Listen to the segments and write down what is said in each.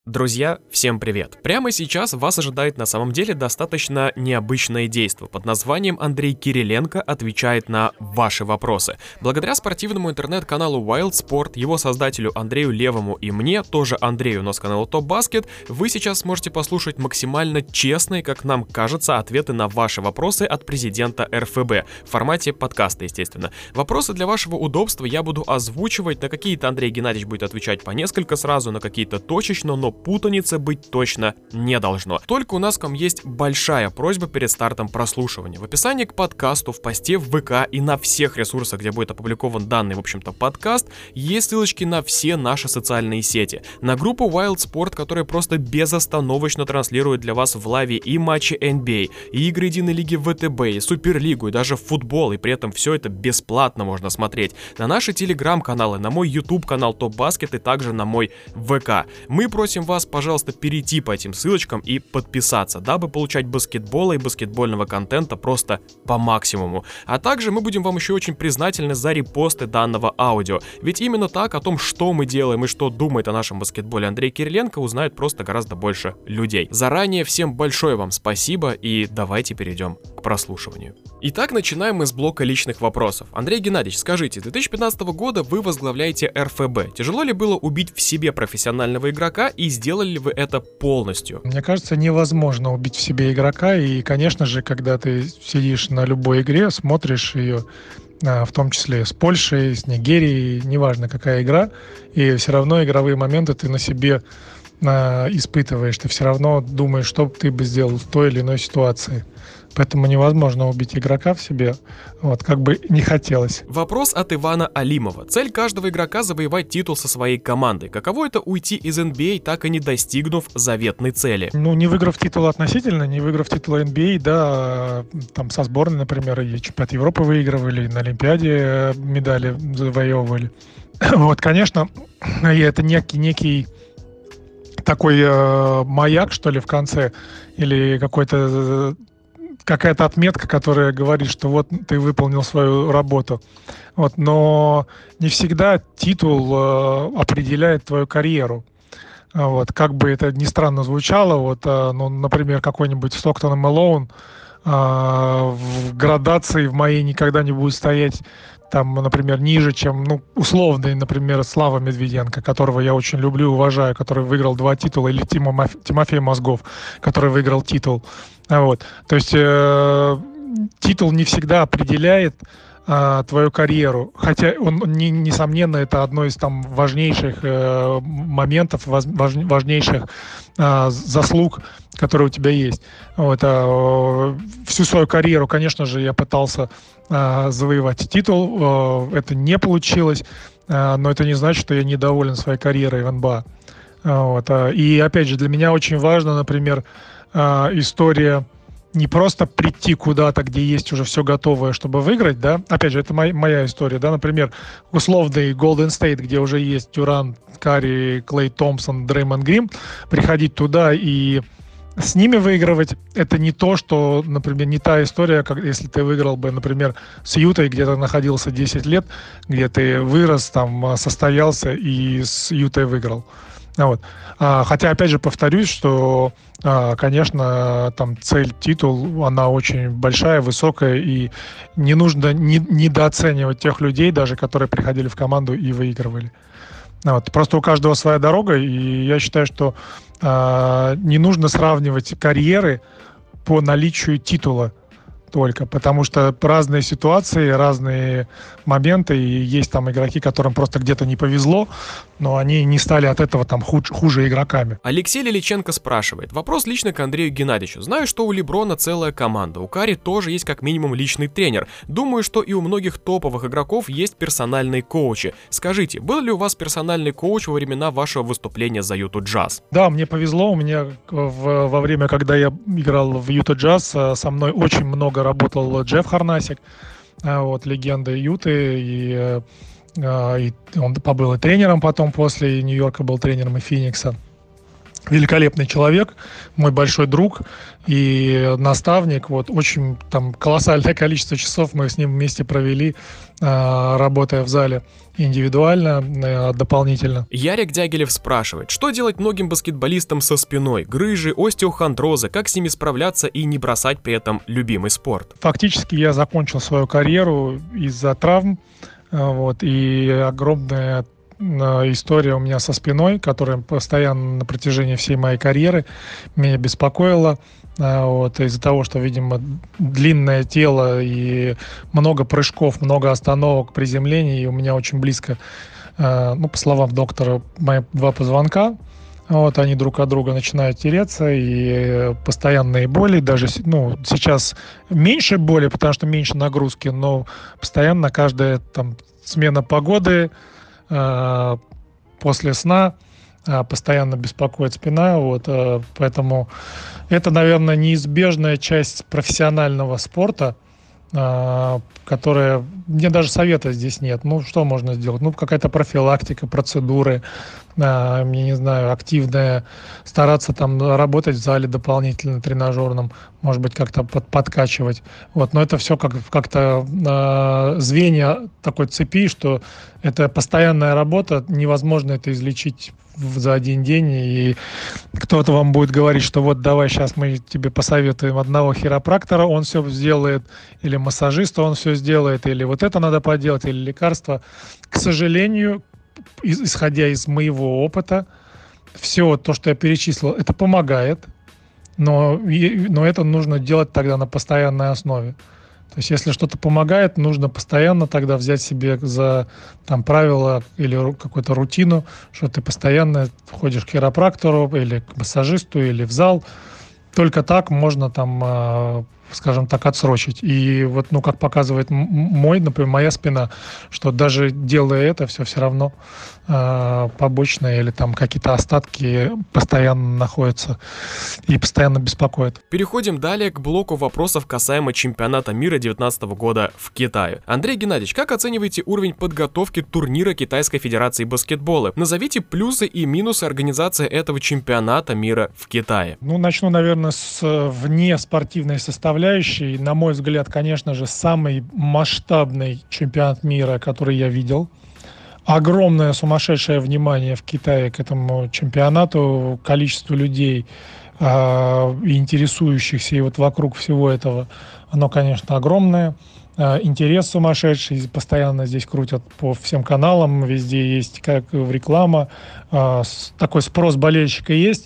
Друзья, всем привет! Прямо сейчас вас ожидает на самом деле достаточно необычное действо под названием «Андрей Кириленко отвечает на ваши вопросы». Благодаря спортивному интернет-каналу Wild Sport, его создателю Андрею Левому и мне, тоже Андрею, но с канала Top Basket, вы сейчас сможете послушать максимально честные, как нам кажется, ответы на ваши вопросы от президента РФБ в формате подкаста, естественно. Вопросы для вашего удобства я буду озвучивать, на какие-то Андрей Геннадьевич будет отвечать по несколько сразу, на какие-то точечно, но путаницы быть точно не должно. Только у нас к вам есть большая просьба перед стартом прослушивания. В описании к подкасту, в посте в ВК и на всех ресурсах, где будет опубликован данный, в общем-то, подкаст, есть ссылочки на все наши социальные сети. На группу Wild Sport, которая просто безостановочно транслирует для вас в лайве и матчи NBA, и игры единой лиги ВТБ, и Суперлигу, и даже футбол, и при этом все это бесплатно можно смотреть. На наши телеграм-каналы, на мой YouTube-канал Top Basket и также на мой ВК. Мы просим вас, пожалуйста, перейти по этим ссылочкам и подписаться, дабы получать баскетбола и баскетбольного контента просто по максимуму. А также мы будем вам еще очень признательны за репосты данного аудио, ведь именно так о том, что мы делаем и что думает о нашем баскетболе Андрей Кириленко, узнает просто гораздо больше людей. Заранее всем большое вам спасибо и давайте перейдем к прослушиванию. Итак, начинаем мы с блока личных вопросов. Андрей Геннадьевич, скажите, с 2015 года вы возглавляете РФБ. Тяжело ли было убить в себе профессионального игрока и сделали ли вы это полностью? Мне кажется, невозможно убить в себе игрока. И, конечно же, когда ты сидишь на любой игре, смотришь ее, в том числе с Польшей, с Нигерией, неважно какая игра, и все равно игровые моменты ты на себе испытываешь. Ты все равно думаешь, что ты бы сделал в той или иной ситуации. Поэтому невозможно убить игрока в себе, как бы не хотелось. Вопрос от Ивана Алимова. Цель каждого игрока — завоевать титул со своей командой. Каково это уйти из NBA, так и не достигнув заветной цели? Не выиграв титул относительно, не выиграв титул NBA, да, там со сборной, например, и чемпионат Европы выигрывали, и на Олимпиаде медали завоевывали. Конечно, это некий такой маяк, что ли, в конце, или какая-то отметка, которая говорит, что ты выполнил свою работу. Но не всегда титул определяет твою карьеру. Как бы это ни странно звучало, например, какой-нибудь Стоктон и Мэлоун в градации в моей никогда не будет стоять там, например, ниже, чем, условный, например, Слава Медведенко, которого я очень люблю и уважаю, который выиграл 2 титула, или Тимофей Мозгов, который выиграл титул. То есть титул не всегда определяет твою карьеру, хотя он, несомненно, это одно из там важнейших моментов, важнейших заслуг, которые у тебя есть. Всю свою карьеру, конечно же, я пытался завоевать титул, это не получилось, но это не значит, что я недоволен своей карьерой в НБА. И опять же, для меня очень важно, например, история не просто прийти куда-то, где есть уже все готовое, чтобы выиграть, да, опять же, это моя история, да, например, условный Golden State, где уже есть Дюрант, Карри, Клей Томпсон, Дреймонд Грин, приходить туда и с ними выигрывать, это не то, что, например, не та история, как если ты выиграл бы, например, с Ютой, где ты находился 10 лет, где ты вырос, там, состоялся и с Ютой выиграл. Хотя, опять же, повторюсь, что, конечно, там цель титул, она очень большая, высокая, и не нужно недооценивать тех людей, даже которые приходили в команду и выигрывали. Просто у каждого своя дорога, и я считаю, что не нужно сравнивать карьеры по наличию титула только, потому что разные ситуации, разные моменты, и есть там игроки, которым просто где-то не повезло, но они не стали от этого там хуже игроками. Алексей Лиличенко спрашивает. Вопрос лично к Андрею Геннадьевичу. Знаю, что у Леброна целая команда, у Карри тоже есть как минимум личный тренер. Думаю, что и у многих топовых игроков есть персональные коучи. Скажите, был ли у вас персональный коуч во времена вашего выступления за Юту Джаз? Да, мне повезло, у меня во время, когда я играл в Юта Джаз, со мной очень много работал Джефф Харнасик, легенда Юты, и он побыл и тренером потом, после Нью-Йорка был тренером и Феникса. великолепный человек, мой большой друг и наставник. Вот очень там колоссальное количество часов мы с ним вместе провели, работая в зале индивидуально, дополнительно. Ярик Дягилев спрашивает, что делать многим баскетболистам со спиной, грыжи, остеохондрозы, как с ними справляться и не бросать при этом любимый спорт? Фактически я закончил свою карьеру из-за травм, вот, и огромная история у меня со спиной, которая постоянно на протяжении всей моей карьеры меня беспокоила. Вот, из-за того, что, видимо, длинное тело и много прыжков, много остановок, приземлений, и у меня очень близко, по словам доктора, мои два позвонка. Вот, они друг от друга начинают тереться, и постоянные боли, даже сейчас меньше боли, потому что меньше нагрузки, но постоянно каждая там смена погоды, после сна постоянно беспокоит спина, вот, поэтому это, наверное, неизбежная часть профессионального спорта, которая... Мне даже совета здесь нет. Что можно сделать? Какая-то профилактика, процедуры, я не знаю, активная, стараться там работать в зале дополнительно тренажерном, может быть, как-то подкачивать. Вот. Но это все как-то звенья такой цепи, что это постоянная работа, невозможно это излечить за один день, и кто-то вам будет говорить, что вот давай сейчас мы тебе посоветуем одного хиропрактора, он все сделает, или массажиста он все сделает, или вот это надо поделать, или лекарство. К сожалению, исходя из моего опыта, все то, что я перечислил, это помогает, но это нужно делать тогда на постоянной основе. То есть, если что-то помогает, нужно постоянно тогда взять себе за правило или какую-то рутину, что ты постоянно ходишь к хиропрактору или к массажисту, или в зал. Только так можно скажем так, отсрочить. И вот, как показывает например, моя спина, что даже делая это, все равно побочные или там какие-то остатки постоянно находятся и постоянно беспокоят. Переходим далее к блоку вопросов касаемо чемпионата мира 2019 года в Китае. Андрей Геннадьевич, как оцениваете уровень подготовки турнира Китайской Федерации баскетбола? Назовите плюсы и минусы организации этого чемпионата мира в Китае. Начну, наверное, с внеспортивной составляющей. На мой взгляд, конечно же, самый масштабный чемпионат мира, который я видел. Огромное сумасшедшее внимание в Китае к этому чемпионату, количество людей, интересующихся и вот вокруг всего этого, оно, конечно, огромное. Интерес сумасшедший, постоянно здесь крутят по всем каналам, везде есть как реклама, такой спрос болельщика есть.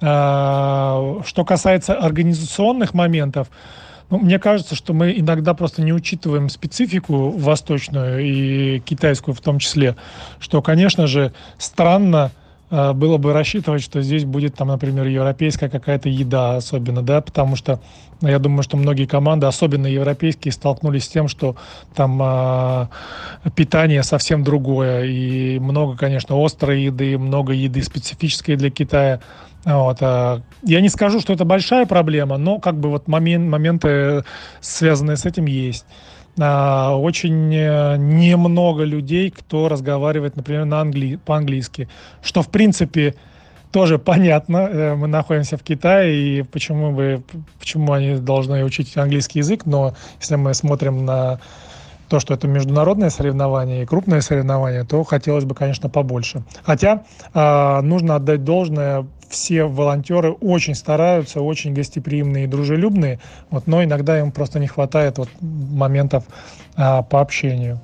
Что касается организационных моментов, мне кажется, что мы иногда просто не учитываем специфику восточную и китайскую в том числе, что, конечно же, странно было бы рассчитывать, что здесь будет, например, европейская какая-то еда особенно, да, потому что я думаю, что многие команды, особенно европейские, столкнулись с тем, что там питание совсем другое, и много, конечно, острой еды, много еды специфической для Китая. Вот. Я не скажу, что это большая проблема, но моменты, связанные с этим, есть. Очень немного людей, кто разговаривает, например, по-английски, что, в принципе, тоже понятно. Мы находимся в Китае, и почему они должны учить английский язык, но если мы смотрим на то, что это международное соревнование и крупное соревнование, то хотелось бы, конечно, побольше. Хотя нужно отдать должное, все волонтеры очень стараются, очень гостеприимные и дружелюбные, но иногда им просто не хватает моментов по общению.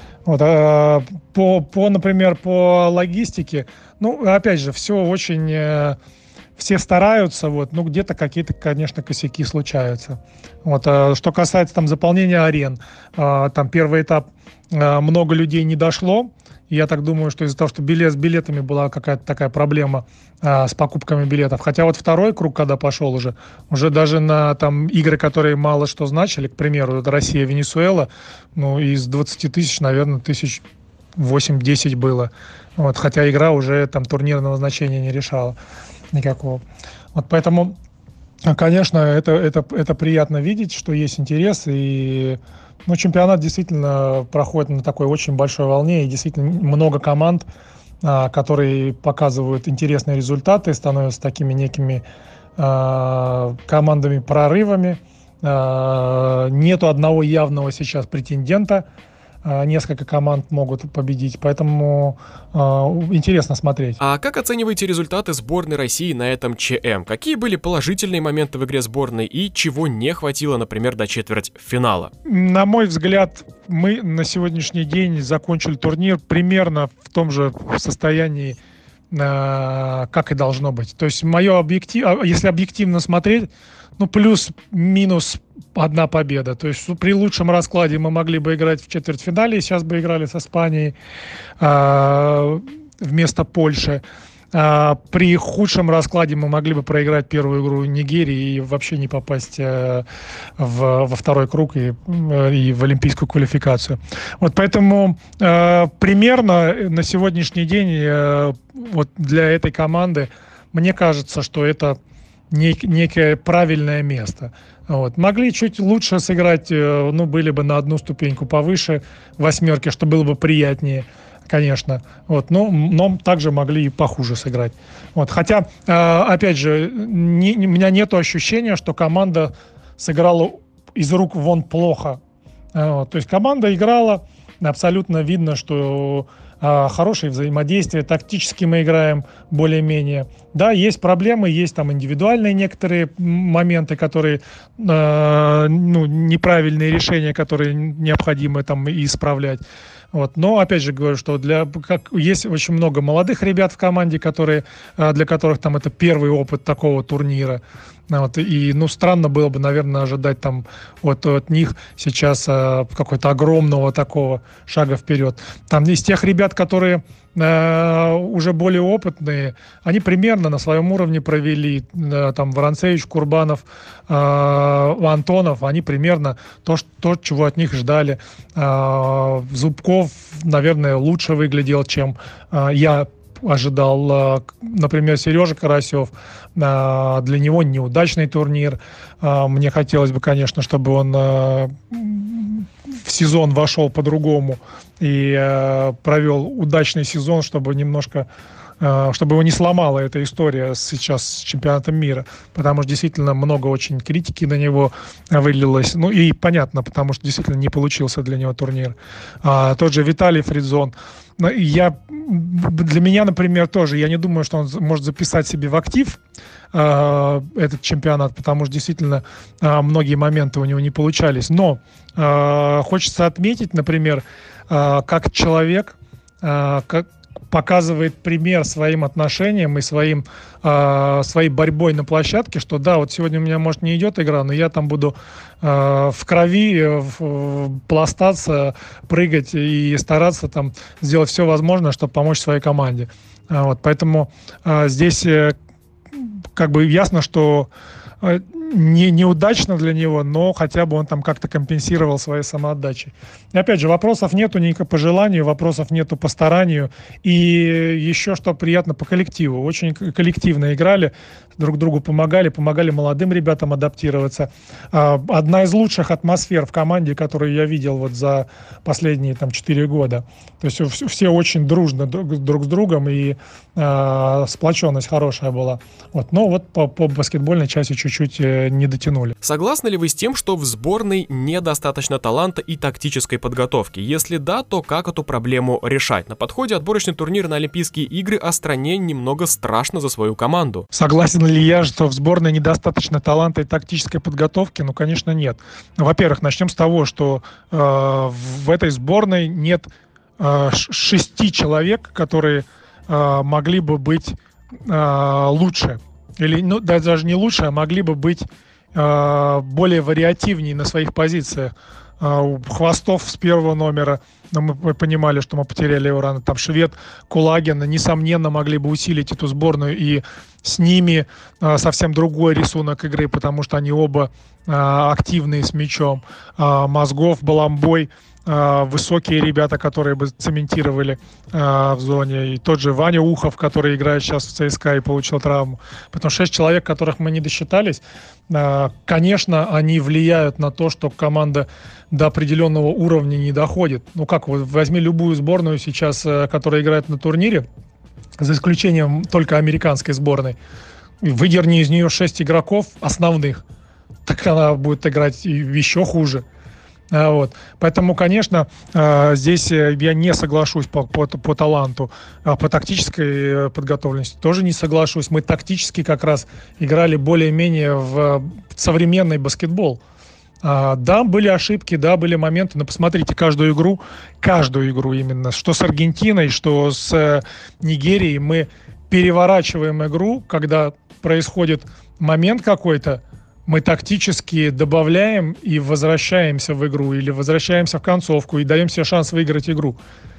Например, по логистике, опять же, все очень... Все стараются, где-то какие-то, конечно, косяки случаются. Что касается заполнения арен, первый этап много людей не дошло. Я так думаю, что из-за того, что с билетами была какая-то такая проблема с покупками билетов. Хотя второй круг, когда пошел уже даже на игры, которые мало что значили, к примеру, это Россия-Венесуэла, из 20 тысяч, наверное, 8-10 было. Хотя игра уже турнирного значения не решала никакого. Поэтому, конечно, это приятно видеть, что есть интерес, и чемпионат действительно проходит на такой очень большой волне, и действительно много команд которые показывают интересные результаты, становятся такими некими командами-прорывами. Нету одного явного сейчас претендента. Несколько команд могут победить, поэтому интересно смотреть. А как оцениваете результаты сборной России на этом ЧМ? Какие были положительные моменты в игре сборной и чего не хватило, например, до четвертьфинала? На мой взгляд, мы на сегодняшний день закончили турнир примерно в том же состоянии, как и должно быть. То есть если объективно смотреть, плюс-минус одна победа. То есть при лучшем раскладе мы могли бы играть в четвертьфинале, и сейчас бы играли с Испанией вместо Польши. При худшем раскладе мы могли бы проиграть первую игру Нигерии и вообще не попасть во второй круг и в олимпийскую квалификацию. Вот поэтому примерно на сегодняшний день вот для этой команды мне кажется, что это некое правильное место. Вот. Могли чуть лучше сыграть, были бы на одну ступеньку повыше восьмерки, что было бы приятнее, конечно. Вот. Но также могли и похуже сыграть. Вот. Хотя, опять же, у меня нет ощущения, что команда сыграла из рук вон плохо. Вот. То есть команда играла, абсолютно видно, что хорошее взаимодействие, тактически мы играем более-менее. Да, есть проблемы, есть там индивидуальные некоторые моменты, которые неправильные решения, которые необходимо там исправлять. Вот. Но, опять же, говорю, что есть очень много молодых ребят в команде, для которых там это первый опыт такого турнира. Вот. И, странно было бы, наверное, ожидать там от них сейчас какого-то огромного такого шага вперед. Там из тех ребят, которые уже более опытные, они примерно на своем уровне провели, там Воронцевич, Курбанов, Антонов, они примерно то, чего от них ждали. Зубков, наверное, лучше выглядел, чем я ожидал. Например, Сережа Карасев, для него неудачный турнир. Мне хотелось бы, конечно, чтобы он в сезон вошел по-другому и провел удачный сезон, чтобы его не сломала эта история сейчас с чемпионатом мира, потому что действительно много очень критики на него вылилось. И понятно, потому что действительно не получился для него турнир. Тот же Виталий Фридзон. Для меня, например, тоже, я не думаю, что он может записать себе в актив этот чемпионат, потому что действительно многие моменты у него не получались. Но хочется отметить, например, как человек показывает пример своим отношениям и своей борьбой на площадке, что да, вот сегодня у меня, может, не идет игра, но я там буду в крови пластаться, прыгать и стараться там сделать все возможное, чтобы помочь своей команде. Вот, поэтому здесь как бы ясно, что неудачно для него, но хотя бы он там как-то компенсировал своей самоотдачей. И опять же, вопросов нету ни по желанию, вопросов нету по старанию. И еще что приятно, по коллективу. Очень коллективно играли, друг другу помогали молодым ребятам адаптироваться. Одна из лучших атмосфер в команде, которую я видел вот за последние 4 года. То есть все очень дружно друг с другом, и сплоченность хорошая была. Вот. Но вот по баскетбольной части чуть-чуть не дотянули. Согласны ли вы с тем, что в сборной недостаточно таланта и тактической подготовки? Если да, то как эту проблему решать? На подходе отборочный турнир на Олимпийские игры, а стране немного страшно за свою команду. Согласен ли я, что в сборной недостаточно таланта и тактической подготовки? Конечно, нет. Во-первых, начнем с того, что в этой сборной нет 6 человек, которые могли бы быть лучше. Или даже не лучше, а могли бы быть более вариативнее на своих позициях. Хвостов с первого номера, но мы понимали, что мы потеряли его рано. Там Швед, Кулагин, несомненно, могли бы усилить эту сборную, и с ними совсем другой рисунок игры, потому что они оба активные с мячом. Мозгов, Баламбой, высокие ребята, которые бы цементировали в зоне. И тот же Ваня Ухов, который играет сейчас в ЦСКА и получил травму. Поэтому 6 человек, которых мы не досчитались, конечно, они влияют на то, что команда до определенного уровня не доходит. Возьми любую сборную сейчас, которая играет на турнире, за исключением только американской сборной. Выдерни из нее 6 игроков основных, так она будет играть еще хуже. Вот. Поэтому, конечно, здесь я не соглашусь по таланту, по тактической подготовленности тоже не соглашусь. Мы тактически как раз играли более-менее в современный баскетбол. Да, были ошибки, да, были моменты, но посмотрите каждую игру именно, что с Аргентиной, что с Нигерией, мы переворачиваем игру, когда происходит момент какой-то, мы тактически добавляем и возвращаемся в игру, или возвращаемся в концовку и даем себе шанс выиграть игру.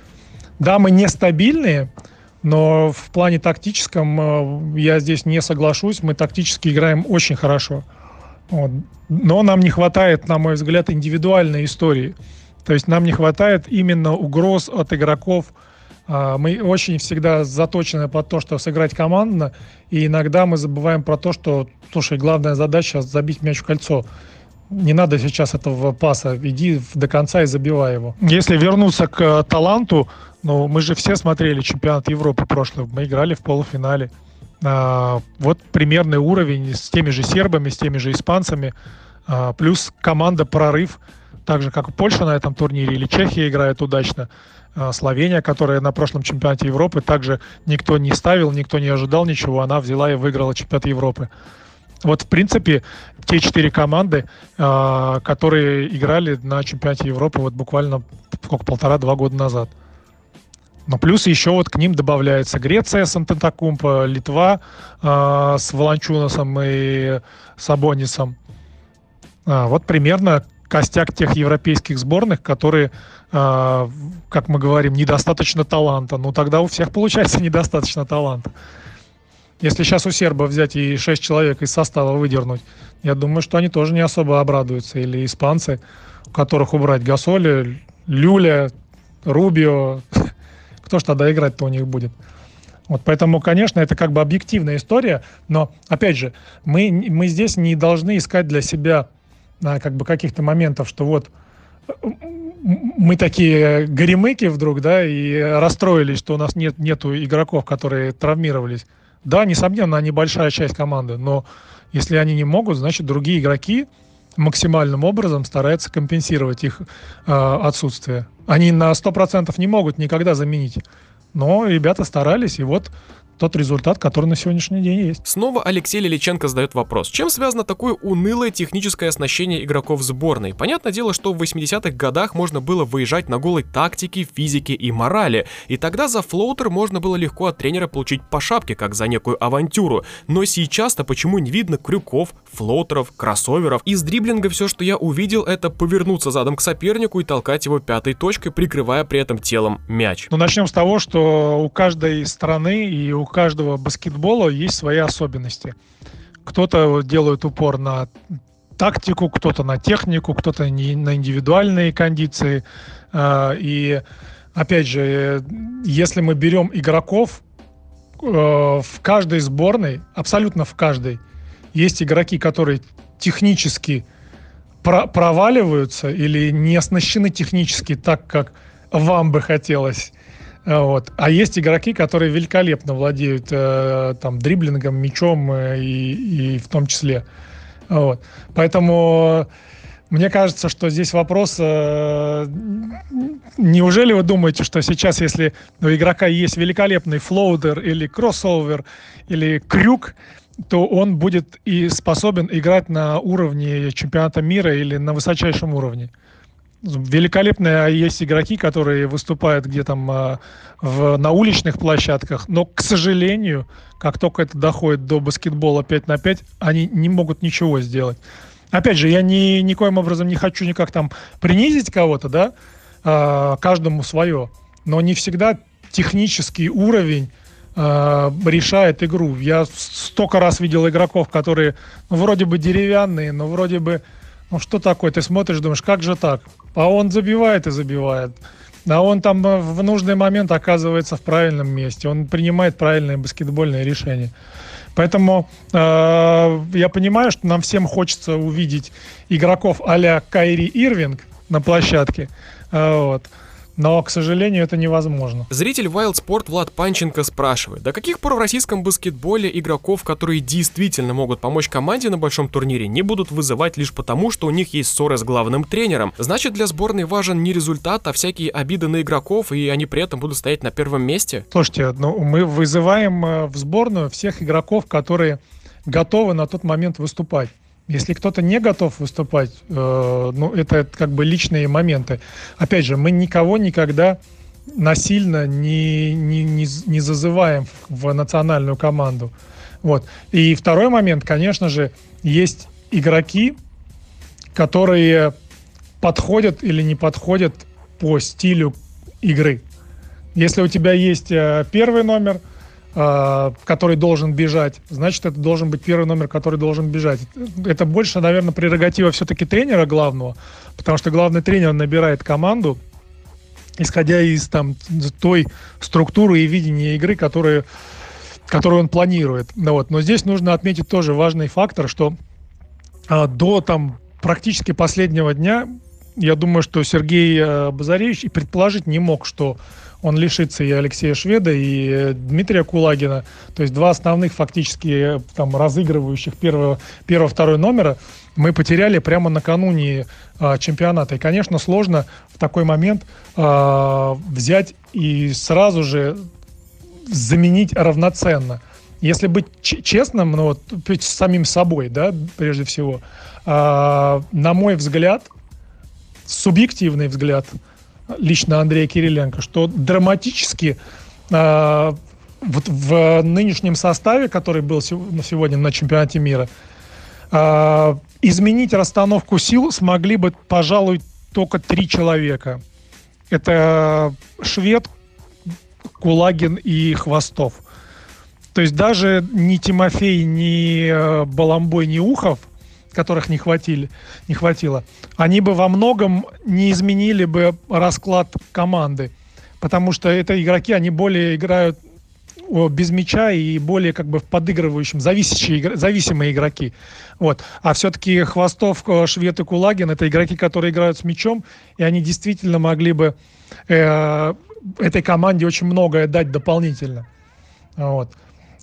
Да, мы нестабильные, но в плане тактическом я здесь не соглашусь, мы тактически играем очень хорошо. Вот. Но нам не хватает, на мой взгляд, индивидуальной истории. То есть нам не хватает именно угроз от игроков. Мы очень всегда заточены под то, что сыграть командно, и иногда мы забываем про то, что, слушай, главная задача — забить мяч в кольцо. Не надо сейчас этого паса, иди до конца и забивай его. Если вернуться к таланту, ну, мы же все смотрели чемпионат Европы прошлый, мы играли в полуфинале. Вот примерный уровень с теми же сербами, с теми же испанцами, плюс команда «Прорыв», так же, как и Польша на этом турнире, или Чехия играет удачно, Словения, которая на прошлом чемпионате Европы, также никто не ставил, никто не ожидал ничего, она взяла и выиграла чемпионат Европы. Вот, в принципе, те 4 команды, которые играли на чемпионате Европы вот буквально полтора-два года назад. Но плюс еще вот к ним добавляется Греция с Антетокумпо, Литва с Волончунасом и Сабонисом. Вот примерно костяк тех европейских сборных, которые, как мы говорим, недостаточно таланта. Ну, тогда у всех получается недостаточно таланта. Если сейчас у серба взять и 6 человек из состава выдернуть, я думаю, что они тоже не особо обрадуются. Или испанцы, у которых убрать Гасоли, Люля, Рубио. Кто ж тогда играть-то у них будет? Вот поэтому, конечно, это как бы объективная история, но, опять же, мы здесь не должны искать для себя как бы каких-то моментов, что вот мы такие горемыки вдруг, да, и расстроились, что у нас нету игроков, которые травмировались. Да, несомненно, они большая часть команды, но если они не могут, значит, другие игроки максимальным образом стараются компенсировать их отсутствие. Они на 100% не могут никогда заменить. Но ребята старались, и вот тот результат, который на сегодняшний день есть. Снова Алексей Лиличенко задает вопрос. Чем связано такое унылое техническое оснащение игроков сборной? Понятное дело, что в 80-х годах можно было выезжать на голой тактике, физике и морали. И тогда за флоутер можно было легко от тренера получить по шапке, как за некую авантюру. Но сейчас-то почему не видно крюков, флоутеров, кроссоверов? Из дриблинга все, что я увидел, это повернуться задом к сопернику и толкать его пятой точкой, прикрывая при этом телом мяч. Ну, начнем с того, что у каждой страны и у каждого баскетбола есть свои особенности. Кто-то делает упор на тактику, кто-то на технику, кто-то на индивидуальные кондиции. И, опять же, если мы берем игроков, в каждой сборной, абсолютно в каждой, есть игроки, которые технически проваливаются или не оснащены технически так, как вам бы хотелось. Вот. А есть игроки, которые великолепно владеют там, дриблингом, мячом и в том числе. Вот. Поэтому мне кажется, что здесь вопрос... Неужели вы думаете, что сейчас, если у игрока есть великолепный флоутер или кроссовер или крюк, то он будет и способен играть на уровне чемпионата мира или на высочайшем уровне? Великолепные есть игроки, которые выступают где-то на уличных площадках, но, к сожалению, как только это доходит до баскетбола 5 на 5, они не могут ничего сделать. Опять же, я никоим образом не хочу никак там принизить кого-то, да, каждому свое, но не всегда технический уровень решает игру. Я столько раз видел игроков, которые вроде бы деревянные, но вроде бы, что такое? Ты смотришь, думаешь, как же так? А он забивает и забивает. А он там в нужный момент оказывается в правильном месте. Он принимает правильные баскетбольные решения. Поэтому я понимаю, что нам всем хочется увидеть игроков а-ля Кайри Ирвинг на площадке. Вот. но, к сожалению, это невозможно. Зритель Wild Sport Влад Панченко спрашивает, до каких пор в российском баскетболе игроков, которые действительно могут помочь команде на большом турнире, не будут вызывать лишь потому, что у них есть ссоры с главным тренером? Значит, для сборной важен не результат, а всякие обиды на игроков, и они при этом будут стоять на первом месте? Слушайте, мы вызываем в сборную всех игроков, которые готовы на тот момент выступать. Если кто-то не готов выступать, это как бы личные моменты. Опять же, мы никого никогда насильно не зазываем в национальную команду. Вот. И второй момент, конечно же, есть игроки, которые подходят или не подходят по стилю игры. Если у тебя есть первый номер, который должен бежать, значит, это должен быть первый номер, который должен бежать. Это больше, наверное, прерогатива все-таки тренера главного, потому что главный тренер набирает команду, исходя из той структуры и видения игры, которую он планирует. Но здесь нужно отметить тоже важный фактор, что до практически последнего дня, я думаю, что Сергей Базаревич и предположить не мог, что он лишится и Алексея Шведа, и Дмитрия Кулагина. То есть два основных фактически разыгрывающих первого-второй номера мы потеряли прямо накануне чемпионата. И, конечно, сложно в такой момент взять и сразу же заменить равноценно. Если быть честным, с самим собой, да, прежде всего, на мой взгляд, субъективный взгляд, лично Андрея Кириленко, что драматически в нынешнем составе, который был сегодня на чемпионате мира, изменить расстановку сил смогли бы, пожалуй, только 3 человека. Это Швед, Кулагин и Хвостов. То есть даже ни Тимофей, ни Баламбой, ни Ухов, которых не хватило, они бы во многом не изменили бы расклад команды, потому что это игроки, они более играют без мяча и более как бы в подыгрывающем, зависимые игроки. Вот. А все-таки Хвостов, Швед и Кулагин — это игроки, которые играют с мячом, и они действительно могли бы этой команде очень многое дать дополнительно. Вот.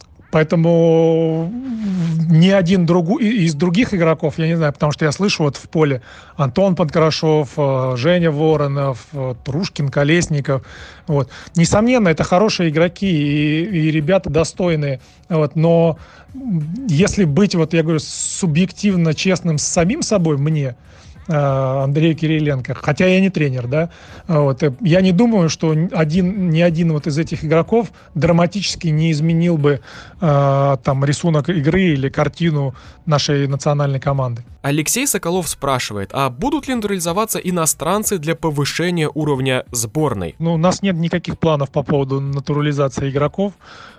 Поэтому ни один из других игроков, я не знаю, потому что я слышу в поле Антон Панкрашов, Женя Воронов, Трушкин, Колесников. Вот. Несомненно, это хорошие игроки и ребята достойные. Вот. Но если быть, я говорю, субъективно честным с самим собой, мне, Андрею Кириленко, хотя я не тренер, да, я не думаю, что ни один из этих игроков драматически не изменил бы рисунок игры или картину нашей национальной команды. Алексей Соколов спрашивает, а будут ли натурализоваться иностранцы для повышения уровня сборной? У нас нет никаких планов по поводу натурализации игроков.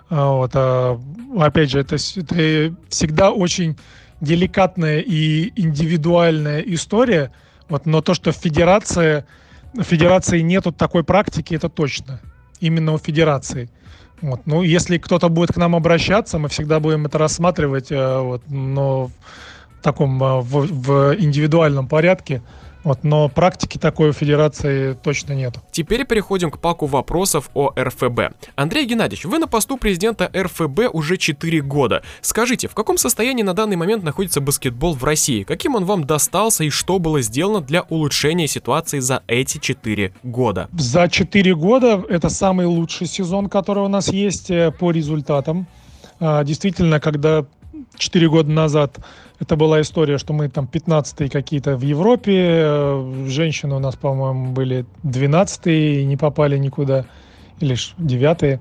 Опять же, это всегда очень деликатная и индивидуальная история, но то, что в федерации нету такой практики, это точно. Именно у федерации. Если кто-то будет к нам обращаться, мы всегда будем это рассматривать, но в таком в индивидуальном порядке. Но практики такой у федерации точно нет. Теперь переходим к паку вопросов о РФБ. Андрей Геннадьевич, вы на посту президента РФБ уже 4 года. Скажите, в каком состоянии на данный момент находится баскетбол в России? Каким он вам достался и что было сделано для улучшения ситуации за эти 4 года? За 4 года это самый лучший сезон, который у нас есть по результатам. Действительно, когда 4 года назад это была история, что мы 15-е какие-то в Европе, женщины у нас, по-моему, были 12-е и не попали никуда, или 9-е.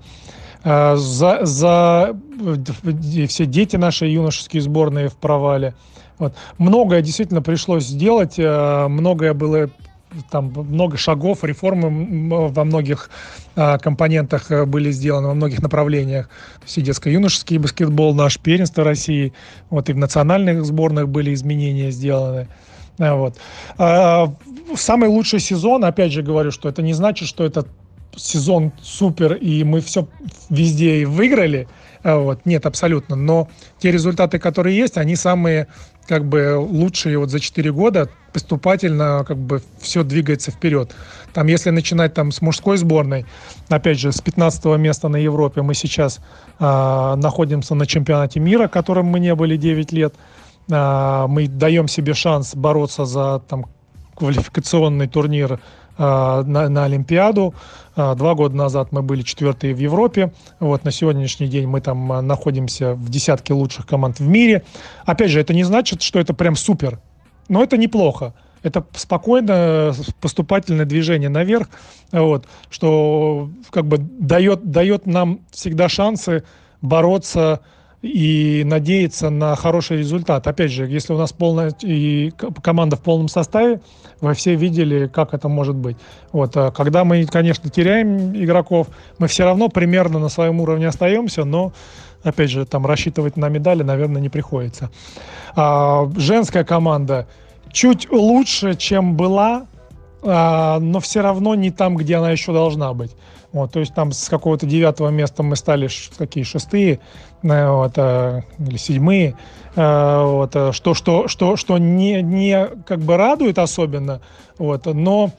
Все дети наши юношеские сборные в провале. Многое действительно пришлось сделать, многое было, много шагов, реформы во многих компонентах были сделаны, во многих направлениях. То есть и детско-юношеский баскетбол, наш первенство России, и в национальных сборных были изменения сделаны. Самый лучший сезон, опять же говорю, что это не значит, что это сезон супер, и мы все везде выиграли. Вот. Нет, абсолютно. Но те результаты, которые есть, они самые как бы лучшие вот за 4 года. Поступательно как бы все двигается вперед. Там, если начинать там с мужской сборной, опять же, с 15 места на Европе мы сейчас находимся на чемпионате мира, которым мы не были 9 лет. Мы даем себе шанс бороться за там квалификационный турнир на Олимпиаду. 2 года назад мы были 4-е в Европе. Вот, на сегодняшний день мы там находимся в десятке лучших команд в мире. Опять же, это не значит, что это прям супер, но это неплохо. Это спокойно поступательное движение наверх, вот, что как бы дает нам всегда шансы бороться и надеяться на хороший результат. Опять же, если у нас полная и команда в полном составе, вы все видели, как это может быть. Вот. Когда мы, конечно, теряем игроков, мы все равно примерно на своем уровне остаемся, но, опять же, там рассчитывать на медали, наверное, не приходится. Женская команда чуть лучше, чем была, но все равно не там, где она еще должна быть. Вот, то есть там с какого-то 9-го места мы стали такие 6-е, вот, или 7-е, вот, что не как бы радует особенно, вот, но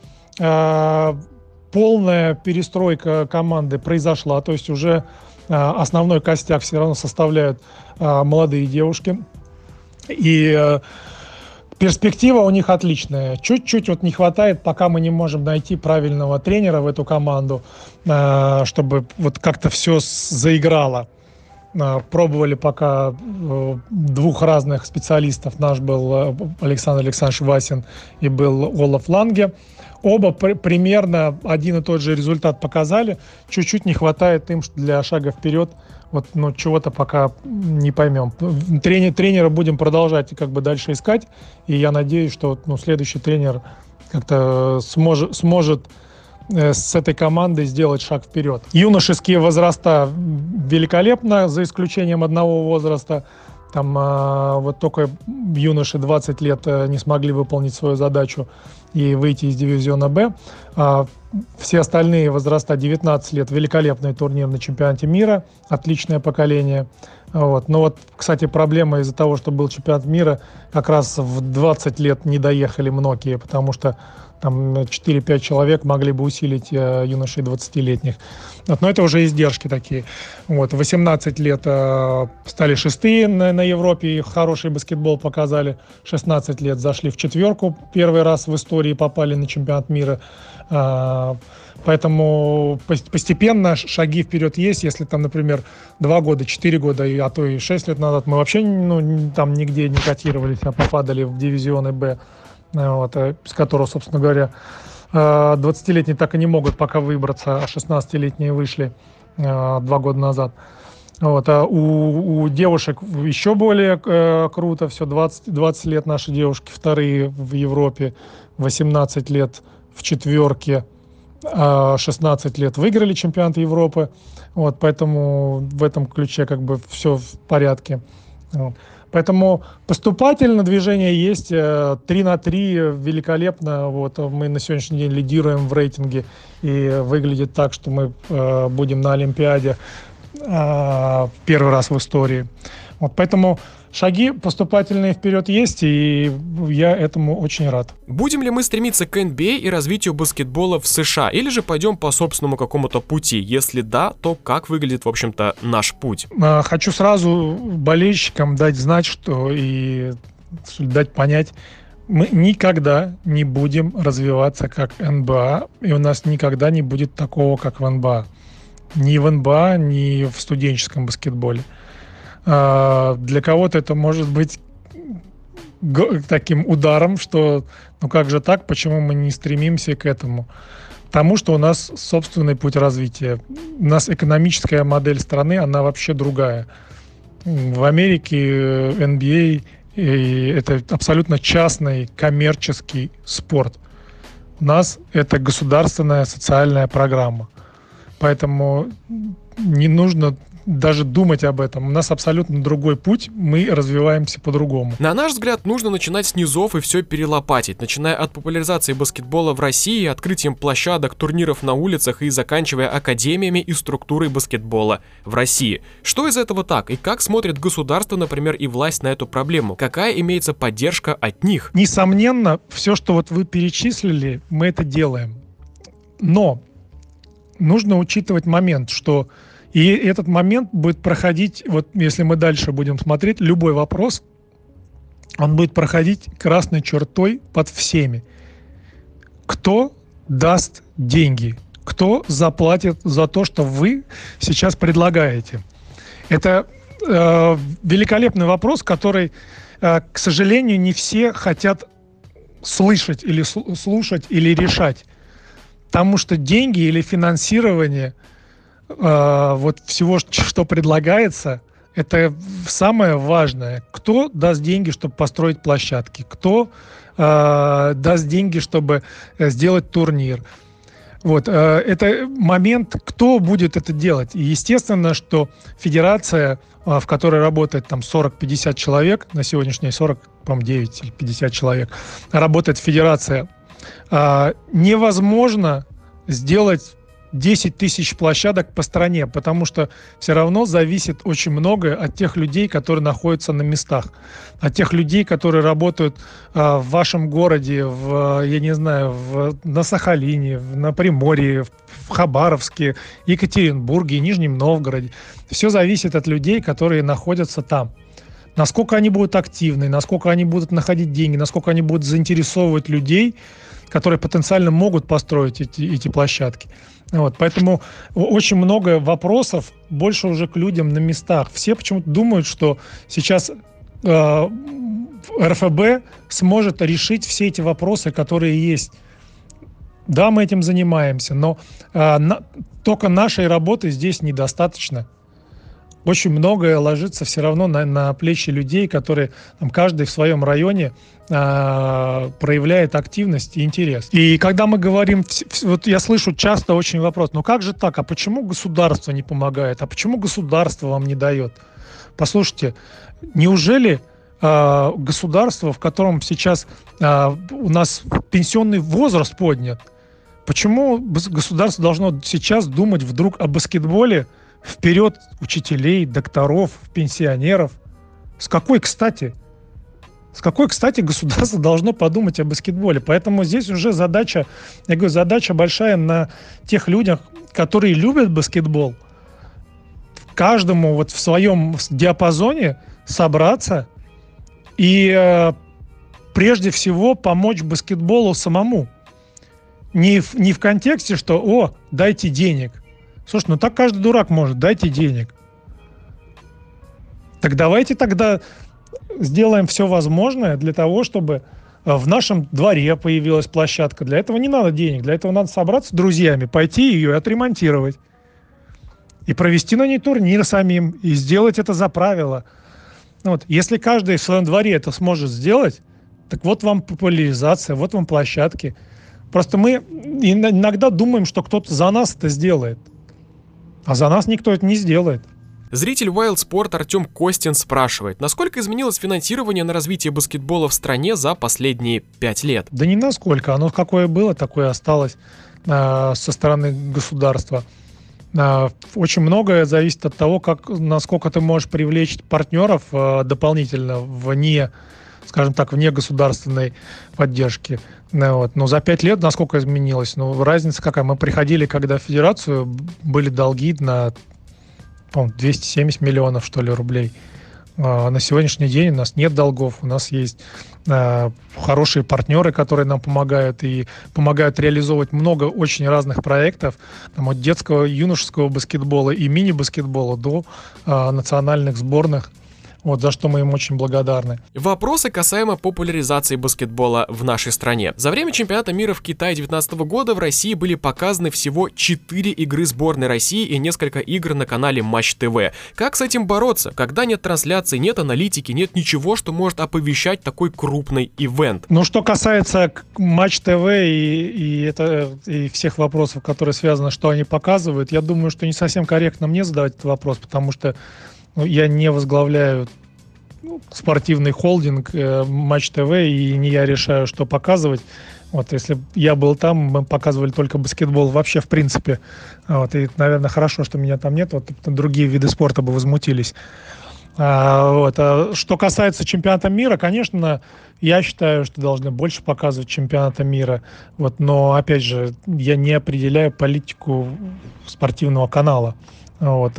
полная перестройка команды произошла, то есть уже основной костяк все равно составляют молодые девушки, и перспектива у них отличная. Чуть-чуть вот не хватает, пока мы не можем найти правильного тренера в эту команду, чтобы вот как-то все заиграло. Пробовали пока 2 разных специалистов. Наш был Александр Александрович Васин и был Олаф Ланге. Оба примерно один и тот же результат показали. Чуть-чуть не хватает им для шага вперед. Вот, ну, чего-то пока не поймем. Тренера будем продолжать как бы дальше искать. И я надеюсь, что следующий тренер как-то сможет с этой командой сделать шаг вперед. Юношеские возраста великолепно, за исключением одного возраста. Там вот только юноши 20 лет не смогли выполнить свою задачу и выйти из дивизиона Б. Все остальные возраста 19 лет, великолепный турнир на чемпионате мира, отличное поколение. Вот. Но вот, кстати, проблема из-за того, что был чемпионат мира, как раз в 20 лет не доехали многие, потому что там 4-5 человек могли бы усилить юношей 20-летних. Вот, но это уже издержки такие. Вот, 18 лет стали 6-е на Европе, и хороший баскетбол показали. 16 лет зашли в 4-ку, первый раз в истории попали на чемпионат мира. Поэтому постепенно шаги вперед есть. Если там, например, 2 года, 4 года, а то и 6 лет назад мы вообще там нигде не котировались, а попадали в дивизионы Б, вот, с которого, собственно говоря, 20-летние так и не могут пока выбраться, а 16-летние вышли 2 года назад. Вот, а у девушек еще более круто, все, 20 лет наши девушки, 2-е в Европе, 18 лет в 4-ке, 16 лет выиграли чемпионат Европы. Вот, поэтому в этом ключе как бы все в порядке. Вот. Поэтому поступательно движение есть, 3-3 великолепно. Вот, мы на сегодняшний день лидируем в рейтинге, и выглядит так, что мы будем на Олимпиаде первый раз в истории. Вот, поэтому шаги поступательные вперед есть, и я этому очень рад. Будем ли мы стремиться к NBA и развитию баскетбола в США, или же пойдем по собственному какому-то пути? Если да, то как выглядит, в общем-то, наш путь? Хочу сразу болельщикам дать знать, что и дать понять, мы никогда не будем развиваться как НБА, и у нас никогда не будет такого, как в НБА. Ни в НБА, ни в студенческом баскетболе. Для кого-то это может быть таким ударом, что ну как же так, почему мы не стремимся к этому? Потому что у нас собственный путь развития. У нас экономическая модель страны, она вообще другая. В Америке NBA это абсолютно частный коммерческий спорт. У нас это государственная социальная программа. Поэтому не нужно даже думать об этом. У нас абсолютно другой путь, мы развиваемся по-другому. На наш взгляд, нужно начинать с низов и все перелопатить, начиная от популяризации баскетбола в России, открытием площадок, турниров на улицах и заканчивая академиями и структурой баскетбола в России. Что из этого так? И как смотрит государство, например, и власть на эту проблему? Какая имеется поддержка от них? Несомненно, все, что вот вы перечислили, мы это делаем. Но нужно учитывать момент, что и этот момент будет проходить, вот если мы дальше будем смотреть, любой вопрос, он будет проходить красной чертой под всеми. Кто даст деньги? Кто заплатит за то, что вы сейчас предлагаете? Это великолепный вопрос, который, к сожалению, не все хотят слышать или слушать или решать. Потому что деньги или финансирование вот всего, что предлагается, это самое важное. Кто даст деньги, чтобы построить площадки? Кто даст деньги, чтобы сделать турнир? Вот, это момент, кто будет это делать. И естественно, что федерация, в которой работает там 40-50 человек, на сегодняшний 40, по-моему, 9 или 50 человек, работает федерация, невозможно сделать 10 тысяч площадок по стране, потому что все равно зависит очень многое от тех людей, которые находятся на местах, от тех людей, которые работают в вашем городе, я не знаю, на Сахалине, на Приморье, в Хабаровске, Екатеринбурге, Нижнем Новгороде. Все зависит от людей, которые находятся там. Насколько они будут активны, насколько они будут находить деньги, насколько они будут заинтересовывать людей, которые потенциально могут построить эти площадки. Вот, поэтому очень много вопросов больше уже к людям на местах. Все почему-то думают, что сейчас РФБ сможет решить все эти вопросы, которые есть. Да, мы этим занимаемся, но только нашей работы здесь недостаточно. Очень многое ложится все равно на плечи людей, которые там, каждый в своем районе проявляет активность и интерес. И когда мы говорим, вот я слышу часто очень вопрос, ну как же так, а почему государство не помогает, а почему государство вам не дает? Послушайте, неужели государство, в котором сейчас у нас пенсионный возраст поднят, почему государство должно сейчас думать вдруг о баскетболе вперед учителей, докторов, пенсионеров? С какой, кстати, государство должно подумать о баскетболе? Поэтому здесь уже задача, я говорю, задача большая на тех людях, которые любят баскетбол, каждому вот в своем диапазоне собраться и прежде всего помочь баскетболу самому. Не в контексте, что дайте денег. Слушай, ну так каждый дурак может, дайте денег. Так давайте тогда сделаем все возможное для того, чтобы в нашем дворе появилась площадка. Для этого не надо денег, для этого надо собраться с друзьями, пойти ее отремонтировать. И провести на ней турнир самим, и сделать это за правило. Вот. Если каждый в своем дворе это сможет сделать, так вот вам популяризация, вот вам площадки. Просто мы иногда думаем, что кто-то за нас это сделает. А за нас никто это не сделает. Зритель Wild Sport Артем Костин спрашивает, насколько изменилось финансирование на развитие баскетбола в стране за последние 5 лет? Да не насколько. Оно какое было, такое осталось со стороны государства. Очень многое зависит от того, насколько ты можешь привлечь партнеров дополнительно вне, скажем так, вне государственной поддержки. Вот. Но за 5 лет насколько изменилось? Ну, разница какая? Мы приходили, когда в федерацию были долги на 270 миллионов, что ли, рублей. На сегодняшний день у нас нет долгов, у нас есть хорошие партнеры, которые нам помогают и помогают реализовывать много очень разных проектов, там, от детского, юношеского баскетбола и мини-баскетбола до национальных сборных. вот за что мы им очень благодарны. Вопросы касаемо популяризации баскетбола в нашей стране. За время чемпионата мира в Китае 2019 года в России были показаны всего 4 игры сборной России и несколько игр на канале Матч ТВ. Как с этим бороться, когда нет трансляции, нет аналитики, нет ничего, что может оповещать такой крупный ивент? Ну, что касается Матч ТВ и всех вопросов, которые связаны, что они показывают, я думаю, что не совсем корректно мне задавать этот вопрос, потому что я не возглавляю спортивный холдинг Матч ТВ, и не я решаю, что показывать. Вот, если бы я был там, мы показывали только баскетбол вообще в принципе. Вот, и, наверное, хорошо, что меня там нет. Вот, другие виды спорта бы возмутились. Что касается чемпионата мира, конечно, я считаю, что должны больше показывать чемпионата мира. Вот, но, опять же, я не определяю политику спортивного канала. Вот,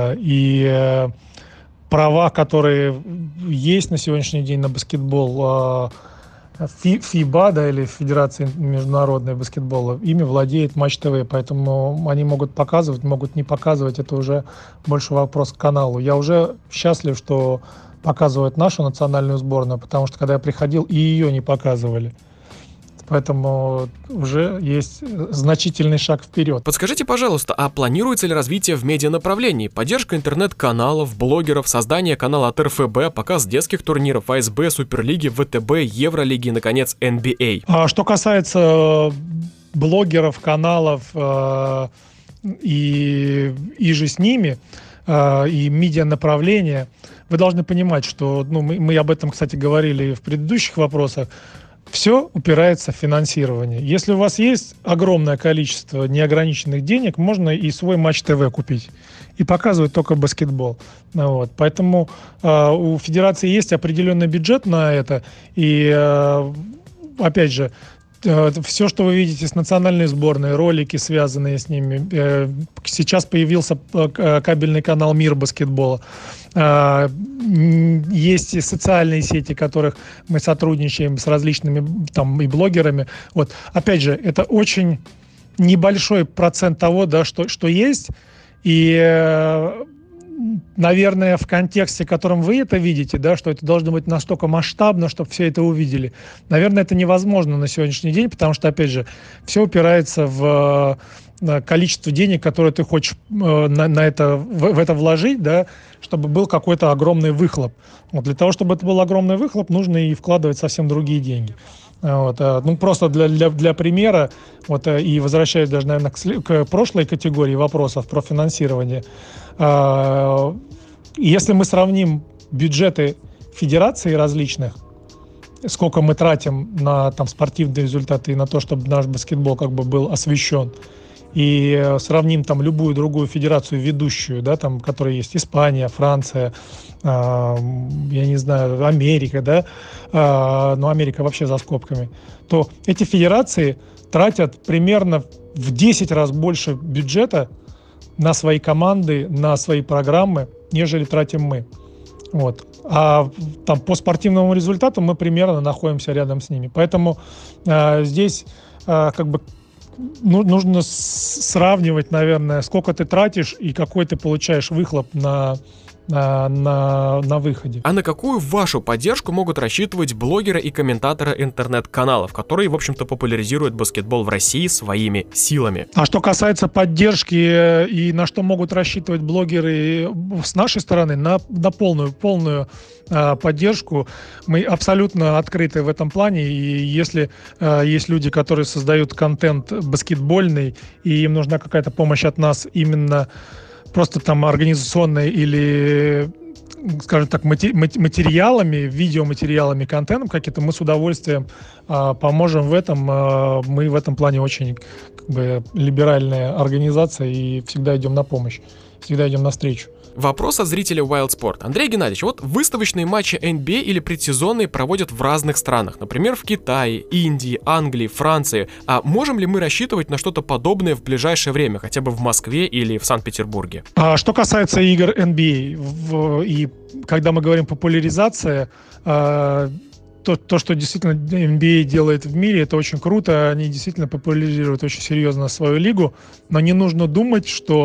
права, которые есть на сегодняшний день на баскетбол, ФИБА, да, или Федерация международного баскетбола, ими владеет Матч ТВ, поэтому они могут показывать, могут не показывать, это уже больше вопрос к каналу. Я уже счастлив, что показывают нашу национальную сборную, потому что когда я приходил, и ее не показывали. Поэтому уже есть значительный шаг вперед. Подскажите, пожалуйста, а планируется ли развитие в медианаправлении? Поддержка интернет-каналов, блогеров, создание канала от РФБ, показ детских турниров АСБ, Суперлиги, ВТБ, Евролиги и, наконец, NBA? Что касается блогеров, каналов и же с ними, и медианаправления, вы должны понимать, что мы об этом, кстати, говорили в предыдущих вопросах. Все упирается в финансирование. Если у вас есть огромное количество неограниченных денег, можно и свой Матч ТВ купить и показывать только баскетбол. Вот. Поэтому у федерации есть определенный бюджет на это. И опять же, все, что вы видите с национальной сборной, ролики, связанные с ними. Сейчас появился кабельный канал «Мир баскетбола». Есть и социальные сети, в которых мы сотрудничаем с различными там и блогерами. Вот. Опять же, это очень небольшой процент того, да, что есть. И, наверное, в контексте, в котором вы это видите, да, что это должно быть настолько масштабно, чтобы все это увидели. Наверное, это невозможно на сегодняшний день, потому что, опять же, все упирается в количество денег, которое ты хочешь в это вложить, да, чтобы был какой-то огромный выхлоп. Вот для того, чтобы это был огромный выхлоп, нужно и вкладывать совсем другие деньги. Вот, просто для примера, вот, и возвращаясь даже, наверное, к прошлой категории вопросов про финансирование, если мы сравним бюджеты федераций различных, сколько мы тратим на там спортивные результаты и на то, чтобы наш баскетбол как бы был освещен, и сравним там любую другую федерацию ведущую, да, там, которая есть Испания, Франция, я не знаю, Америка, да, но Америка вообще за скобками, то эти федерации тратят примерно в 10 раз больше бюджета на свои команды, на свои программы, нежели тратим мы. Вот. А там по спортивному результату мы примерно находимся рядом с ними. Поэтому здесь как бы нужно сравнивать, наверное, сколько ты тратишь и какой ты получаешь выхлоп на выходе. А на какую вашу поддержку могут рассчитывать блогеры и комментаторы интернет-каналов, которые, в общем-то, популяризируют баскетбол в России своими силами? А что касается поддержки и на что могут рассчитывать блогеры с нашей стороны, на полную поддержку. Мы абсолютно открыты в этом плане, и если есть люди, которые создают контент баскетбольный, и им нужна какая-то помощь от нас именно просто там организационной или, скажем так, материалами, видеоматериалами, контентом каким-то, мы с удовольствием поможем в этом. Мы в этом плане очень как бы либеральная организация и всегда идем на помощь, всегда идем навстречу. Вопрос от зрителя Wild Sport. Андрей Геннадьевич, вот выставочные матчи NBA или предсезонные проводят в разных странах, например, в Китае, Индии, Англии, Франции. А можем ли мы рассчитывать на что-то подобное в ближайшее время, хотя бы в Москве или в Санкт-Петербурге? Что касается игр NBA, и когда мы говорим популяризация, то, что действительно NBA делает в мире, это очень круто. Они действительно популяризируют очень серьезно свою лигу, но не нужно думать, что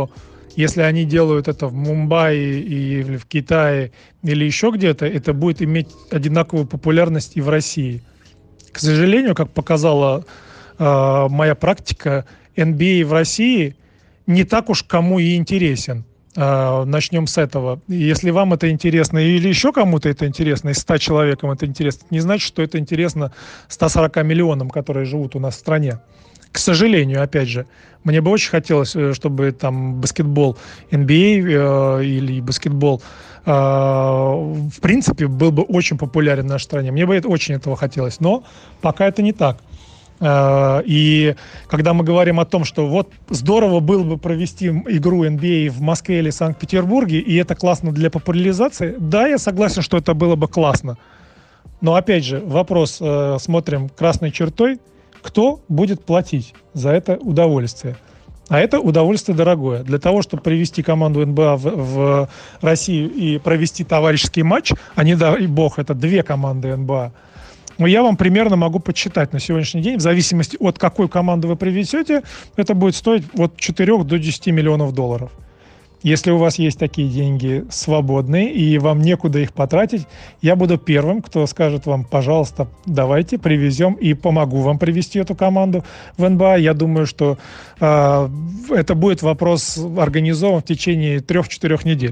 Если они делают это в Мумбаи и в Китае или еще где-то, это будет иметь одинаковую популярность и в России. К сожалению, как показала моя практика, NBA в России не так уж кому и интересен. Начнем с этого. Если вам это интересно или еще кому-то это интересно, из 100 человекам это интересно, не значит, что это интересно 140 миллионам, которые живут у нас в стране. К сожалению, опять же, мне бы очень хотелось, чтобы там баскетбол NBA или баскетбол в принципе был бы очень популярен в нашей стране. Мне бы очень этого хотелось, но пока это не так. И когда мы говорим о том, что вот здорово было бы провести игру NBA в Москве или Санкт-Петербурге, и это классно для популяризации, да, я согласен, что это было бы классно. Но опять же, вопрос, смотрим красной чертой, кто будет платить за это удовольствие? А это удовольствие дорогое. Для того, чтобы привести команду НБА в Россию и провести товарищеский матч, а не дай бог, это 2 команды НБА, но я вам примерно могу подсчитать на сегодняшний день, в зависимости от какой команды вы привезете, это будет стоить от 4 до 10 миллионов долларов. Если у вас есть такие деньги свободные и вам некуда их потратить, я буду первым, кто скажет вам: пожалуйста, давайте привезем, и помогу вам привезти эту команду в НБА. Я думаю, что это будет вопрос организован в течение 3-4 недель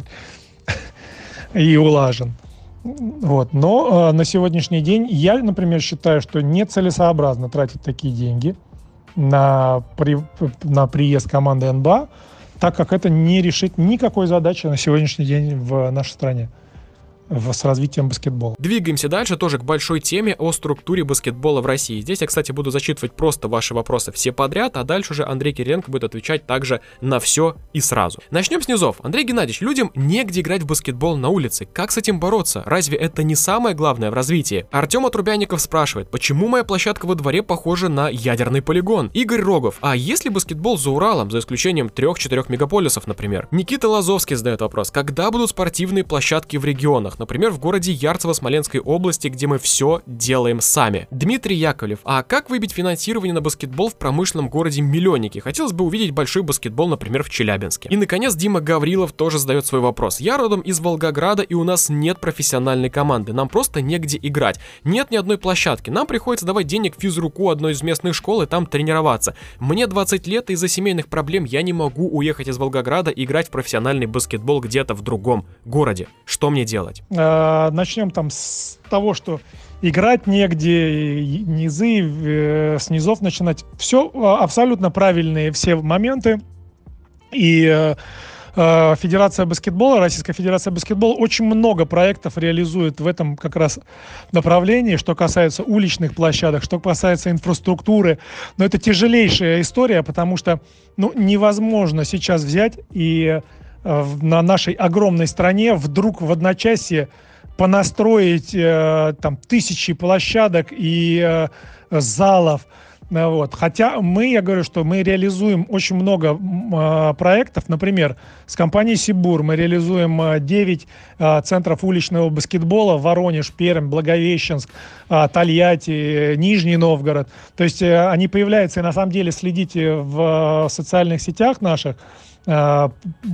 и улажен. Вот. Но на сегодняшний день я, например, считаю, что нецелесообразно тратить такие деньги на приезд команды НБА, так как это не решит никакой задачи на сегодняшний день в нашей стране с развитием баскетбола. Двигаемся дальше, тоже к большой теме о структуре баскетбола в России. Здесь я, кстати, буду зачитывать просто ваши вопросы все подряд, а дальше уже Андрей Кириленко будет отвечать также на все и сразу. Начнем с низов. Андрей Геннадьевич, людям негде играть в баскетбол на улице. Как с этим бороться? Разве это не самое главное в развитии? Артем Отрубяников спрашивает, почему моя площадка во дворе похожа на ядерный полигон? Игорь Рогов, а есть ли баскетбол за Уралом, за исключением 3-4 мегаполисов, например? Никита Лазовский задает вопрос, когда будут спортивные площадки в регионах? Например, в городе Ярцево Смоленской области, где мы все делаем сами. Дмитрий Яковлев, а как выбить финансирование на баскетбол в промышленном городе Миллионники? Хотелось бы увидеть большой баскетбол, например, в Челябинске. И, наконец, Дима Гаврилов тоже задает свой вопрос. Я родом из Волгограда, и у нас нет профессиональной команды. Нам просто негде играть. Нет ни одной площадки. Нам приходится давать денег физруку одной из местных школ и там тренироваться. Мне 20 лет, и из-за семейных проблем я не могу уехать из Волгограда и играть в профессиональный баскетбол где-то в другом городе. Что мне делать? Начнем там с того, что играть негде, низы, с низов начинать. Все абсолютно правильные все моменты. И Федерация баскетбола, Российская Федерация баскетбола очень много проектов реализует в этом как раз направлении, что касается уличных площадок, что касается инфраструктуры. Но это тяжелейшая история, потому что невозможно сейчас взять и на нашей огромной стране вдруг в одночасье понастроить там тысячи площадок и залов. Вот. Хотя я говорю, что мы реализуем очень много проектов. Например, с компанией Сибур мы реализуем 9 центров уличного баскетбола: Воронеж, Пермь, Благовещенск, Тольятти, Нижний Новгород. То есть они появляются, и на самом деле следите в социальных сетях наших, на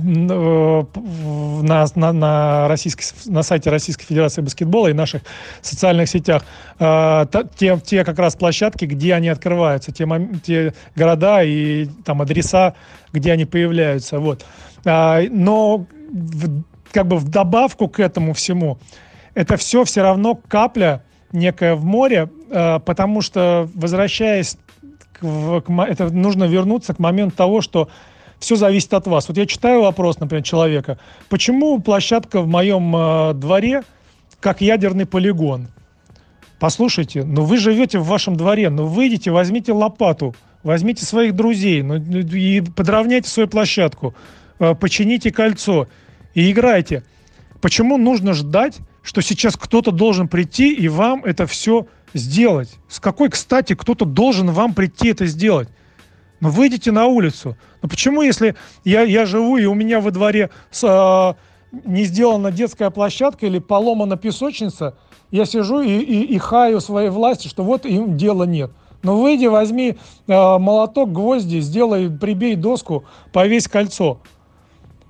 сайте Российской Федерации баскетбола и наших социальных сетях те как раз площадки, где они открываются, те города и там адреса, где они появляются. Вот. Но как бы в добавку к этому всему, это все равно капля некая в море, потому что, возвращаясь это нужно вернуться к моменту того, что все зависит от вас. Вот я читаю вопрос, например, человека: почему площадка в моем дворе как ядерный полигон? Послушайте, вы живете в вашем дворе, выйдите, возьмите лопату, возьмите своих друзей, и подровняйте свою площадку, почините кольцо и играйте. Почему нужно ждать, что сейчас кто-то должен прийти и вам это все сделать? С какой, кстати, кто-то должен вам прийти это сделать? Выйдите на улицу. Почему, если я живу, и у меня во дворе не сделана детская площадка или поломана песочница, я сижу и хаю своей власти, что вот им дела нет. Выйди, возьми молоток, гвозди, прибей доску, повесь кольцо.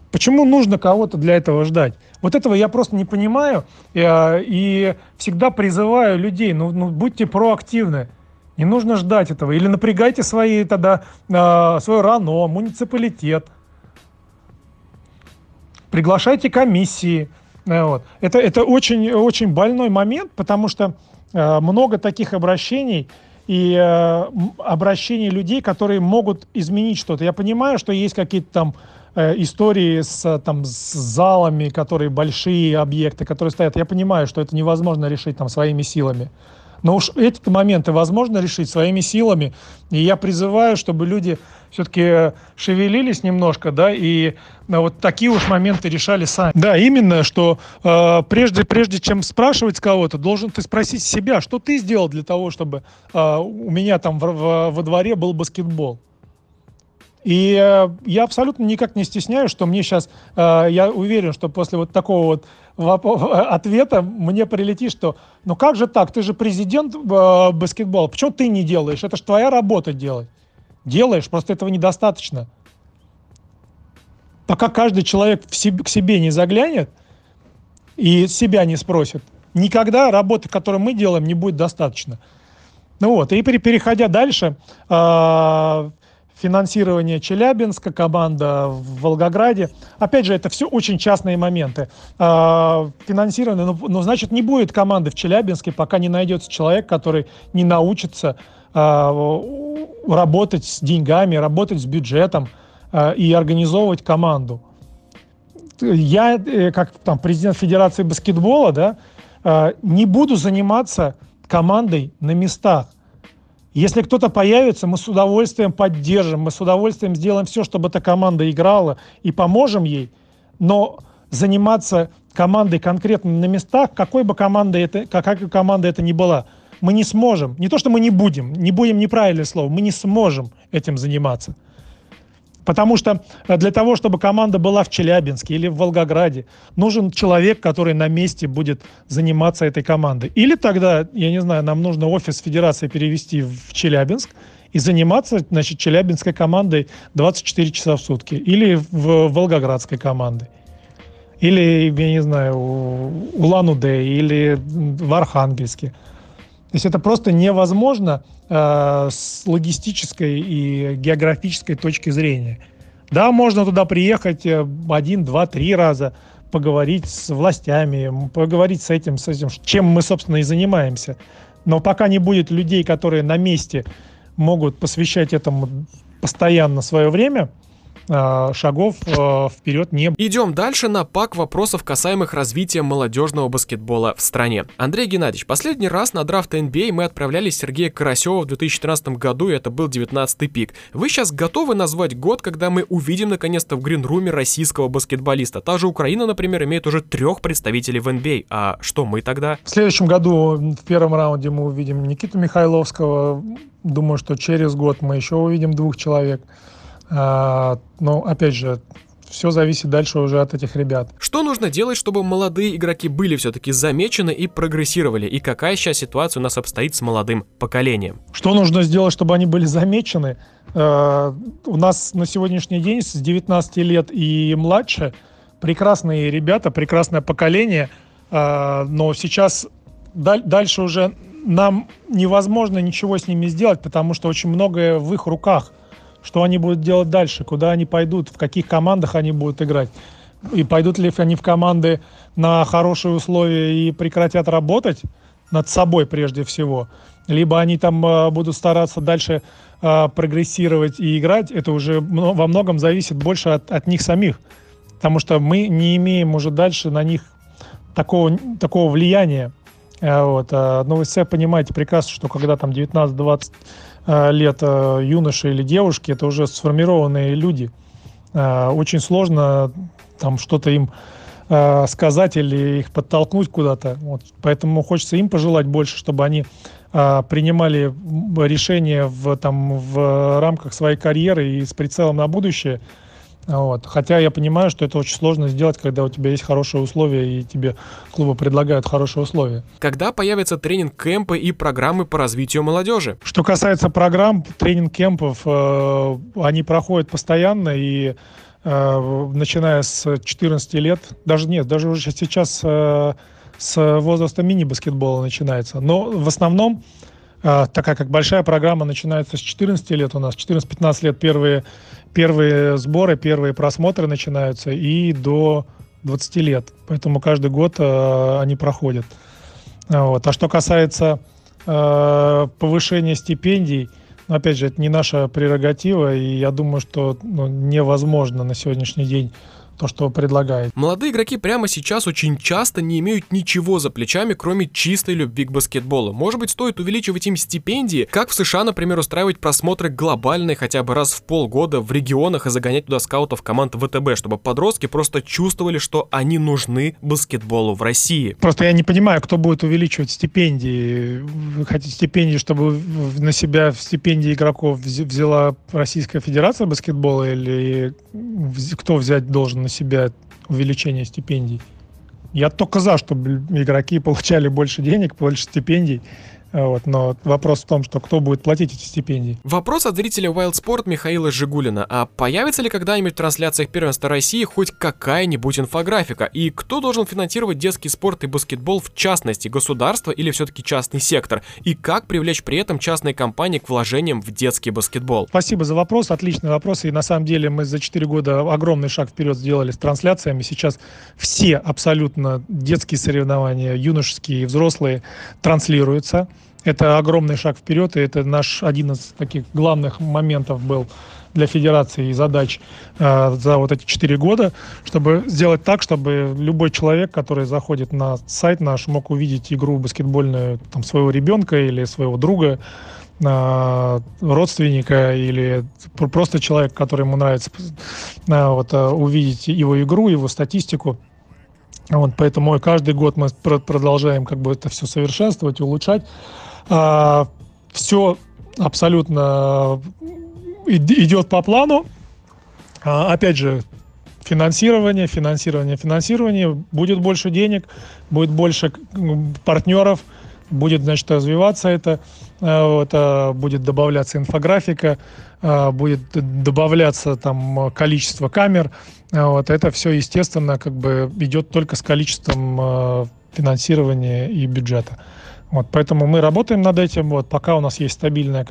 Почему нужно кого-то для этого ждать? Вот этого я просто не понимаю и всегда призываю людей, будьте проактивны. Не нужно ждать этого. Или напрягайте свое РАНО, муниципалитет. Приглашайте комиссии. Вот. Это очень, очень больной момент, потому что много таких обращений и обращений людей, которые могут изменить что-то. Я понимаю, что есть какие-то там истории с залами, которые большие объекты, которые стоят. Я понимаю, что это невозможно решить своими силами. Но уж эти моменты возможно решить своими силами. И я призываю, чтобы люди все-таки шевелились немножко, да, и вот такие уж моменты решали сами. Да, именно, что прежде чем спрашивать с кого-то, должен ты спросить себя, что ты сделал для того, чтобы у меня там во дворе был баскетбол. И я абсолютно никак не стесняюсь, что мне сейчас, я уверен, что после вот такого вот ответа мне прилетит, что ну как же так, ты же президент баскетбола, почему ты не делаешь? Это же твоя работа делать. Делаешь, просто этого недостаточно. Пока каждый человек к себе не заглянет и себя не спросит, никогда работы, которую мы делаем, не будет достаточно. Ну вот, и переходя дальше, финансирование Челябинска, команда в Волгограде. Опять же, это все очень частные моменты. Финансирование, значит, не будет команды в Челябинске, пока не найдется человек, который не научится работать с деньгами, работать с бюджетом и организовывать команду. Я, как президент Федерации баскетбола, да, не буду заниматься командой на местах. Если кто-то появится, мы с удовольствием поддержим, мы с удовольствием сделаем все, чтобы эта команда играла и поможем ей, но заниматься командой конкретно на местах, какая бы команда это ни была, мы не сможем. Не то, что мы не будем неправильное слово, мы не сможем этим заниматься. Потому что для того, чтобы команда была в Челябинске или в Волгограде, нужен человек, который на месте будет заниматься этой командой. Или тогда, я не знаю, нам нужно офис Федерации перевести в Челябинск и заниматься, значит, челябинской командой 24 часа в сутки. Или в волгоградской командой. Или, я не знаю, Улан-Удэ, или в Архангельске. То есть это просто невозможно с логистической и географической точки зрения. Да, можно туда приехать 1, 2, 3 раза, поговорить с властями, поговорить с этим, чем мы, собственно, и занимаемся. Но пока не будет людей, которые на месте могут посвящать этому постоянно свое время, шагов вперед не будет. Идем дальше на пак вопросов, касаемых развития молодежного баскетбола в стране. Андрей Геннадьевич, последний раз на драфт NBA мы отправляли Сергея Карасева в 2014 году, и это был 19-й пик. Вы сейчас готовы назвать год, когда мы увидим наконец-то в гринруме российского баскетболиста? Та же Украина, например, имеет уже 3 представителей в NBA. А что мы тогда? В следующем году в первом раунде мы увидим Никиту Михайловского. Думаю, что через год мы еще увидим 2 человек. Но, опять же, все зависит дальше уже от этих ребят. Что нужно делать, чтобы молодые игроки были все-таки замечены и прогрессировали? И какая сейчас ситуация у нас обстоит с молодым поколением? Что нужно сделать, чтобы они были замечены? У нас на сегодняшний день с 19 лет и младше прекрасные ребята, прекрасное поколение, но сейчас дальше уже нам невозможно ничего с ними сделать, потому что очень многое в их руках. Что они будут делать дальше, куда они пойдут, в каких командах они будут играть, и пойдут ли они в команды на хорошие условия и прекратят работать над собой прежде всего, либо они там будут стараться дальше прогрессировать и играть. Это уже во многом зависит больше от них самих, потому что мы не имеем уже дальше на них такого влияния. Вот. Но вы все понимаете прекрасно, что когда там 19-20 лет юноши или девушки, это уже сформированные люди. Очень сложно там что-то им сказать или их подтолкнуть куда-то. Вот. Поэтому хочется им пожелать больше, чтобы они принимали решения в рамках своей карьеры и с прицелом на будущее. Вот. Хотя я понимаю, что это очень сложно сделать, когда у тебя есть хорошие условия и тебе клубы предлагают хорошие условия. Когда появятся тренинг-кемпы и программы по развитию молодежи? Что касается программ, тренинг-кемпов, они проходят постоянно, и начиная с 14 лет, даже уже сейчас с возраста мини-баскетбола начинается. Но в основном, такая как большая программа начинается с 14 лет у нас, 14-15 лет первые сборы, первые просмотры начинаются и до 20 лет. Поэтому каждый год они проходят. Вот. А что касается повышения стипендий, опять же, это не наша прерогатива, и я думаю, что невозможно на сегодняшний день то, что вы предлагаете. Молодые игроки прямо сейчас очень часто не имеют ничего за плечами, кроме чистой любви к баскетболу. Может быть, стоит увеличивать им стипендии, как в США, например, устраивать просмотры глобальные хотя бы раз в полгода в регионах и загонять туда скаутов команд ВТБ, чтобы подростки просто чувствовали, что они нужны баскетболу в России. Просто я не понимаю, кто будет увеличивать стипендии. Вы хотите стипендии, чтобы на себя стипендии игроков взяла Российская Федерация баскетбола, или кто взять должен на себя увеличение стипендий? Я только за, чтобы игроки получали больше денег, больше стипендий. Вот, но вопрос в том, что кто будет платить эти стипендии. Вопрос от зрителя Wild Sport Михаила Жигулина. А появится ли когда-нибудь в трансляциях первенства России хоть какая-нибудь инфографика? И кто должен финансировать детский спорт и баскетбол, в частности, государство или все-таки частный сектор? И как привлечь при этом частные компании к вложениям в детский баскетбол? Спасибо за вопрос, отличный вопрос. И на самом деле мы за 4 года огромный шаг вперед сделали с трансляциями. Сейчас все абсолютно детские соревнования, юношеские и взрослые, транслируются. Это огромный шаг вперед, и это наш один из таких главных моментов был для федерации и задач за вот эти 4 года, чтобы сделать так, чтобы любой человек, который заходит на сайт наш, мог увидеть игру баскетбольную там, своего ребенка или своего друга, родственника или просто человек, который ему нравится, увидеть его игру, его статистику. Вот, поэтому каждый год мы продолжаем как бы это все совершенствовать, улучшать. Все абсолютно идет по плану. Опять же, финансирование. Будет больше денег, будет больше партнеров, будет, значит, развиваться это. Будет добавляться инфографика, будет добавляться там количество камер. Это все, естественно, как бы идет только с количеством финансирования и бюджета. Поэтому мы работаем над этим. Пока у нас есть стабильная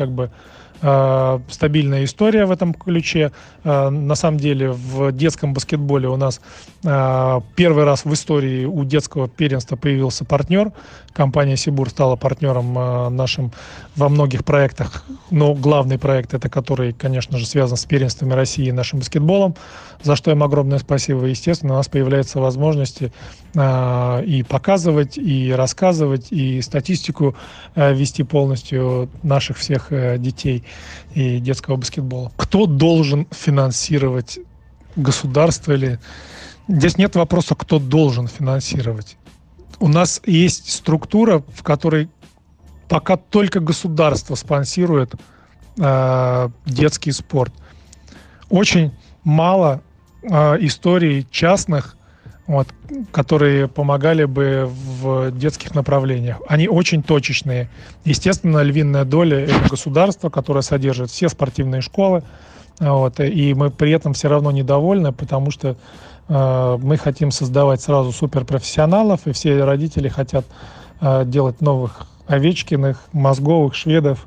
история в этом ключе. На самом деле в детском баскетболе у нас первый раз в истории у детского первенства появился партнер. Компания Сибур стала партнером нашим во многих проектах. Но главный проект, это который, конечно же, связан с первенствами России и нашим баскетболом, за что им огромное спасибо. Естественно, у нас появляются возможности и показывать, и рассказывать, и статистику вести полностью наших всех детей и детского баскетбола. Кто должен финансировать государство или... Здесь нет вопроса, кто должен финансировать. У нас есть структура, в которой пока только государство спонсирует детский спорт. Очень мало историй частных, которые помогали бы в детских направлениях. Они очень точечные. Естественно, львиная доля – это государство, которое содержит все спортивные школы. И мы при этом все равно недовольны, потому что мы хотим создавать сразу суперпрофессионалов, и все родители хотят делать новых Овечкиных, Мозговых, Шведов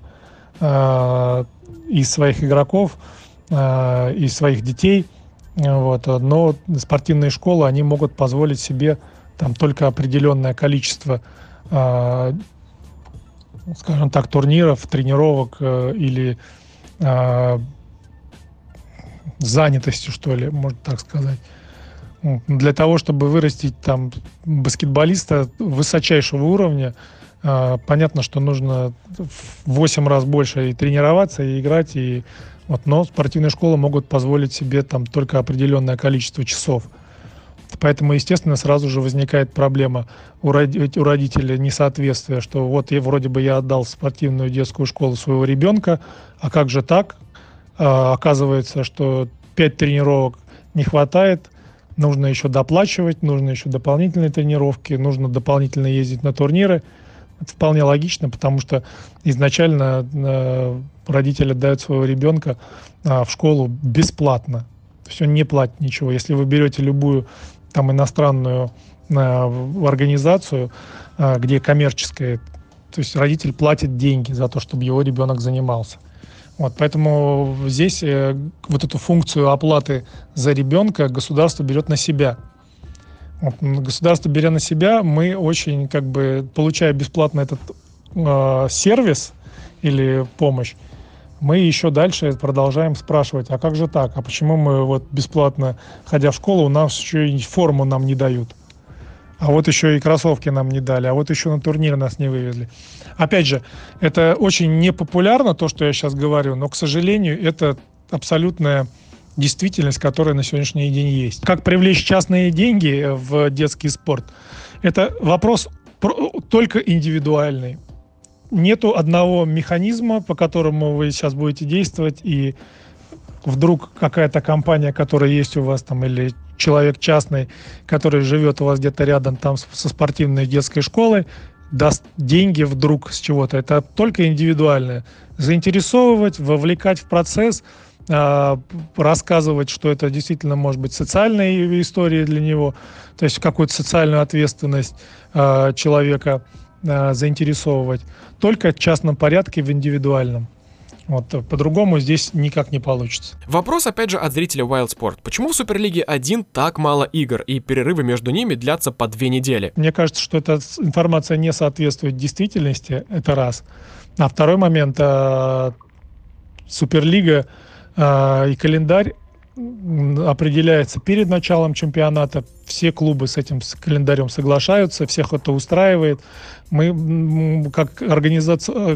из своих игроков, из своих детей. Но спортивные школы, они могут позволить себе там только определенное количество, скажем так, турниров, тренировок или занятостью, что ли, можно так сказать. Для того, чтобы вырастить там баскетболиста высочайшего уровня, понятно, что нужно в 8 раз больше и тренироваться, и играть, но спортивные школы могут позволить себе там только определенное количество часов. Поэтому, естественно, сразу же возникает проблема у родителя несоответствия, что вроде бы я отдал в спортивную детскую школу своего ребенка, а как же так? Оказывается, что 5 тренировок не хватает, нужно еще доплачивать, нужно еще дополнительные тренировки, нужно дополнительно ездить на турниры. Это вполне логично, потому что изначально родители отдают своего ребенка в школу бесплатно. То То есть он не платит ничего. Если вы берете любую там иностранную организацию, где коммерческая, то есть родитель платит деньги за то, чтобы его ребенок занимался. Вот, поэтому здесь вот эту функцию оплаты за ребенка государство берет на себя. Вот, государство беря на себя, мы очень, получая бесплатно этот сервис или помощь, мы еще дальше продолжаем спрашивать, а как же так? А почему мы вот бесплатно, ходя в школу, у нас еще и форму нам не дают? А вот еще и кроссовки нам не дали, а вот еще на турнир нас не вывезли. Опять же, это очень непопулярно, то, что я сейчас говорю, но, к сожалению, это абсолютная действительность, которая на сегодняшний день есть. Как привлечь частные деньги в детский спорт? Это вопрос только индивидуальный. Нету одного механизма, по которому вы сейчас будете действовать, и вдруг какая-то компания, которая есть у вас там, или человек частный, который живет у вас где-то рядом там со спортивной детской школой, даст деньги вдруг с чего-то. Это только индивидуальное. Заинтересовывать, вовлекать в процесс, рассказывать, что это действительно может быть социальная история для него, то есть какую-то социальную ответственность человека заинтересовывать. Только в частном порядке, в индивидуальном. Вот, по-другому здесь никак не получится. Вопрос, опять же, от зрителя Wild Sport. Почему в Суперлиге 1 так мало игр, и перерывы между ними длятся по 2 недели? Мне кажется, что эта информация не соответствует действительности, это раз. А второй момент, Суперлига и календарь определяется перед началом чемпионата. Все клубы с этим календарем соглашаются, всех это устраивает. Мы, как организация,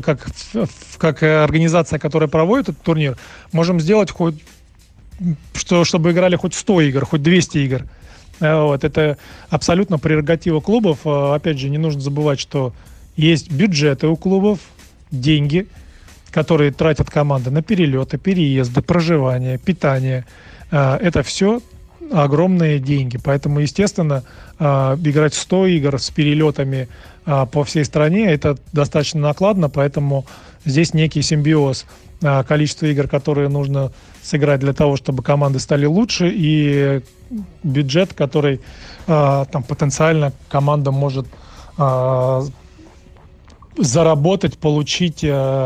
которая проводит этот турнир, можем сделать чтобы играли хоть 100 игр, хоть 200 игр. Вот. Это абсолютно прерогатива клубов. Опять же, не нужно забывать, что есть бюджеты у клубов, деньги, которые тратят команды на перелеты, переезды, проживание, питание. Это все огромные деньги. Поэтому, естественно, играть 100 игр с перелетами по всей стране, это достаточно накладно, поэтому здесь некий симбиоз. Количество игр, которые нужно сыграть для того, чтобы команды стали лучше, и бюджет, который там потенциально команда может заработать, получить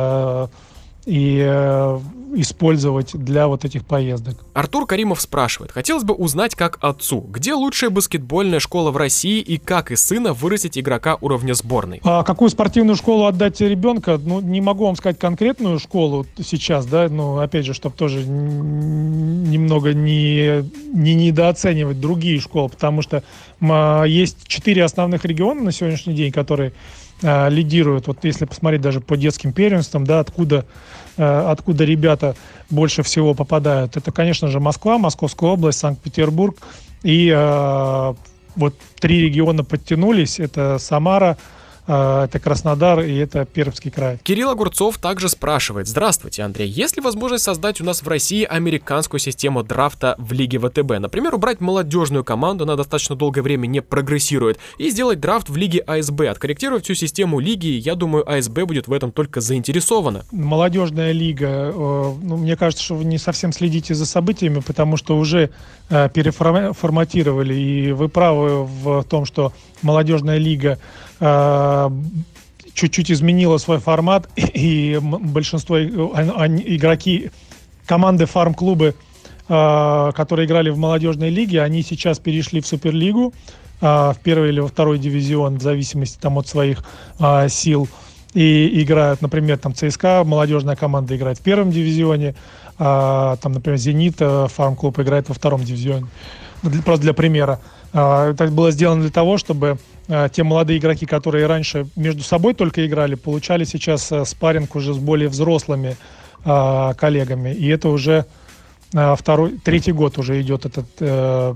и использовать для вот этих поездок. Артур Каримов спрашивает: хотелось бы узнать как отцу, где лучшая баскетбольная школа в России и как из сына вырастить игрока уровня сборной? Какую спортивную школу отдать ребенка? Не могу вам сказать конкретную школу сейчас, да, но опять же, чтобы тоже немного не недооценивать другие школы, потому что есть 4 основных региона на сегодняшний день, которые лидируют. Вот если посмотреть даже по детским первенствам, да, откуда ребята больше всего попадают. Это, конечно же, Москва, Московская область, Санкт-Петербург. И вот 3 региона подтянулись. Это Самара, это Краснодар и это Пермский край. Кирилл Огурцов также спрашивает: здравствуйте, Андрей, есть ли возможность создать у нас в России американскую систему драфта в Лиге ВТБ? Например, убрать молодежную команду, она достаточно долгое время не прогрессирует, и сделать драфт в Лиге АСБ, откорректировать всю систему лиги, и я думаю, АСБ будет в этом только заинтересована. Молодежная лига, мне кажется, что вы не совсем следите за событиями, потому что уже переформатировали, и вы правы в том, что молодежная лига чуть-чуть изменила свой формат, и большинство игроки, команды фарм-клубы, которые играли в молодежной лиге, они сейчас перешли в Суперлигу, в первый или во второй дивизион, в зависимости там от своих сил, и играют, например, там ЦСКА, молодежная команда играет в первом дивизионе, там, например, Зенит, фарм-клуб играет во втором дивизионе. Просто для примера. Это было сделано для того, чтобы те молодые игроки, которые раньше между собой только играли, получали сейчас спарринг уже с более взрослыми коллегами. И это уже третий год уже идет этот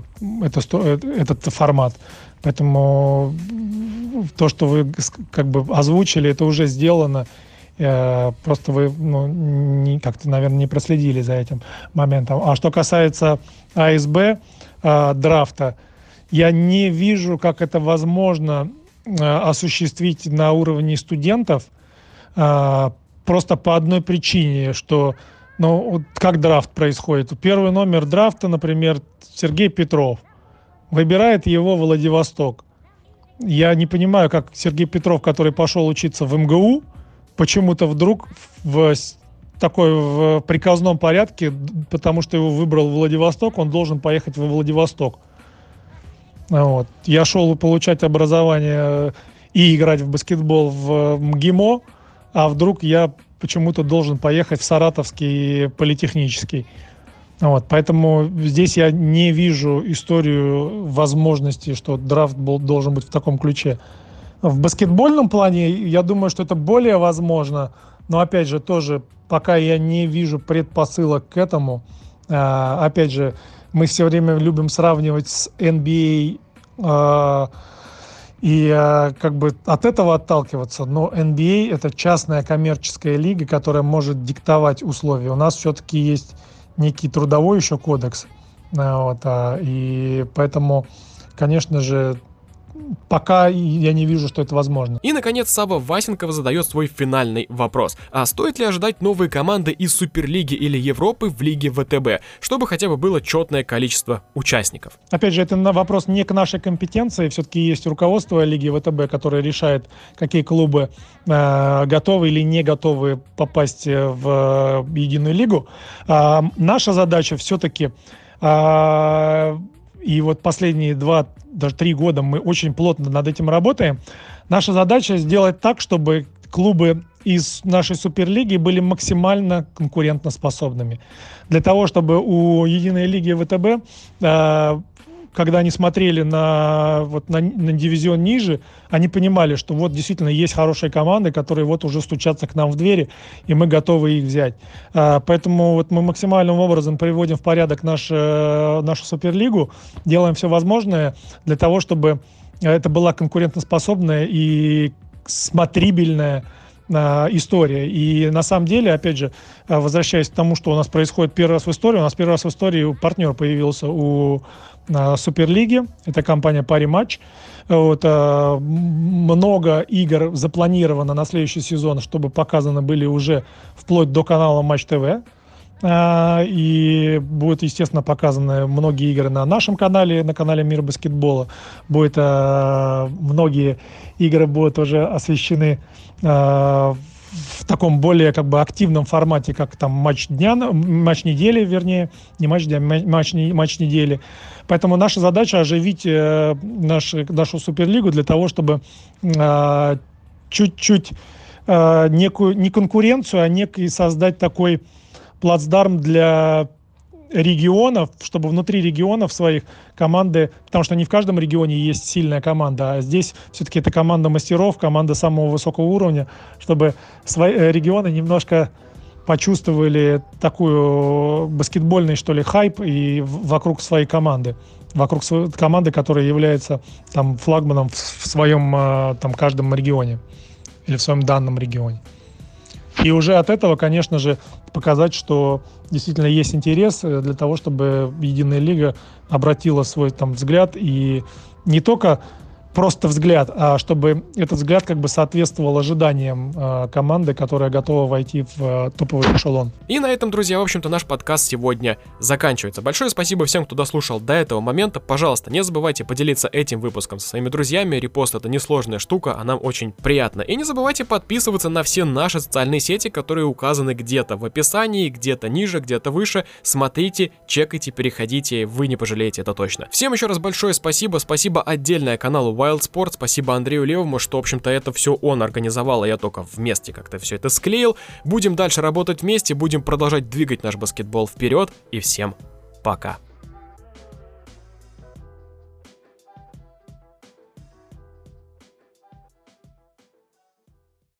формат. Поэтому то, что вы озвучили, это уже сделано. Просто вы как-то, наверное, не проследили за этим моментом. А что касается АСБ, драфта, я не вижу, как это возможно осуществить на уровне студентов, просто по одной причине, что Ну, вот как драфт происходит? Первый номер драфта, например, Сергей Петров. Выбирает его Владивосток. Я не понимаю, как Сергей Петров, который пошел учиться в МГУ, почему-то вдруг в приказном порядке, потому что его выбрал Владивосток, он должен поехать во Владивосток. Вот. Я шел получать образование и играть в баскетбол в МГИМО, а вдруг я почему-то должен поехать в Саратовский политехнический. Вот. Поэтому здесь я не вижу историю возможности, что драфт должен быть в таком ключе. В баскетбольном плане я думаю, что это более возможно, но опять же тоже пока я не вижу предпосылок к этому. Опять же, мы все время любим сравнивать с NBA и как бы от этого отталкиваться. Но NBA – это частная коммерческая лига, которая может диктовать условия. У нас все-таки есть некий трудовой еще кодекс. И поэтому, конечно же, пока я не вижу, что это возможно. И, наконец, Сава Васенков задает свой финальный вопрос. А стоит ли ожидать новые команды из Суперлиги или Европы в Лиге ВТБ, чтобы хотя бы было четное количество участников? Опять же, это вопрос не к нашей компетенции. Все-таки есть руководство Лиги ВТБ, которое решает, какие клубы готовы или не готовы попасть в единую лигу. Наша задача все-таки... И вот последние 2, даже 3 года мы очень плотно над этим работаем. Наша задача сделать так, чтобы клубы из нашей Суперлиги были максимально конкурентоспособными. Для того, чтобы у единой лиги ВТБ, когда они смотрели на дивизион ниже, они понимали, что вот действительно есть хорошие команды, которые вот уже стучатся к нам в двери, и мы готовы их взять. Поэтому вот мы максимальным образом приводим в порядок нашу Суперлигу, делаем все возможное для того, чтобы это была конкурентоспособная и смотрибельная история. И на самом деле, опять же, возвращаясь к тому, что у нас происходит первый раз в истории, у нас первый раз в истории партнер появился у Суперлиги, это компания Parimatch. Много игр запланировано на следующий сезон, чтобы показаны были уже вплоть до канала Матч ТВ. И будут, естественно, показаны многие игры на нашем канале, на канале Мир баскетбола. Многие игры будут уже освещены в таком более как бы активном формате, как там матч недели, вернее, не матч дня, матч недели. Поэтому наша задача оживить нашу Суперлигу для того, чтобы чуть-чуть некую не конкуренцию, а некий создать такой плацдарм для регионов, чтобы внутри регионов своих команды, потому что не в каждом регионе есть сильная команда, а здесь все-таки это команда мастеров, команда самого высокого уровня, чтобы свои регионы немножко почувствовали такую баскетбольный, что ли, хайп и вокруг своей команды. Вокруг своей команды, которая является там флагманом в своем там каждом регионе или в своем данном регионе. И уже от этого, конечно же, показать, что действительно есть интерес для того, чтобы Единая Лига обратила свой там взгляд, и не только просто взгляд, а чтобы этот взгляд как бы соответствовал ожиданиям команды, которая готова войти в топовый эшелон. И на этом, друзья, в общем-то, наш подкаст сегодня заканчивается. Большое спасибо всем, кто дослушал до этого момента. Пожалуйста, не забывайте поделиться этим выпуском со своими друзьями. Репост — это несложная штука, а нам очень приятно. И не забывайте подписываться на все наши социальные сети, которые указаны где-то в описании, где-то ниже, где-то выше. Смотрите, чекайте, переходите, вы не пожалеете, это точно. Всем еще раз большое спасибо. Спасибо отдельное каналу Wild Sport, спасибо Андрею Левому, что, в общем-то, это все он организовал, а я только вместе как-то все это склеил. Будем дальше работать вместе, будем продолжать двигать наш баскетбол вперед, и всем пока.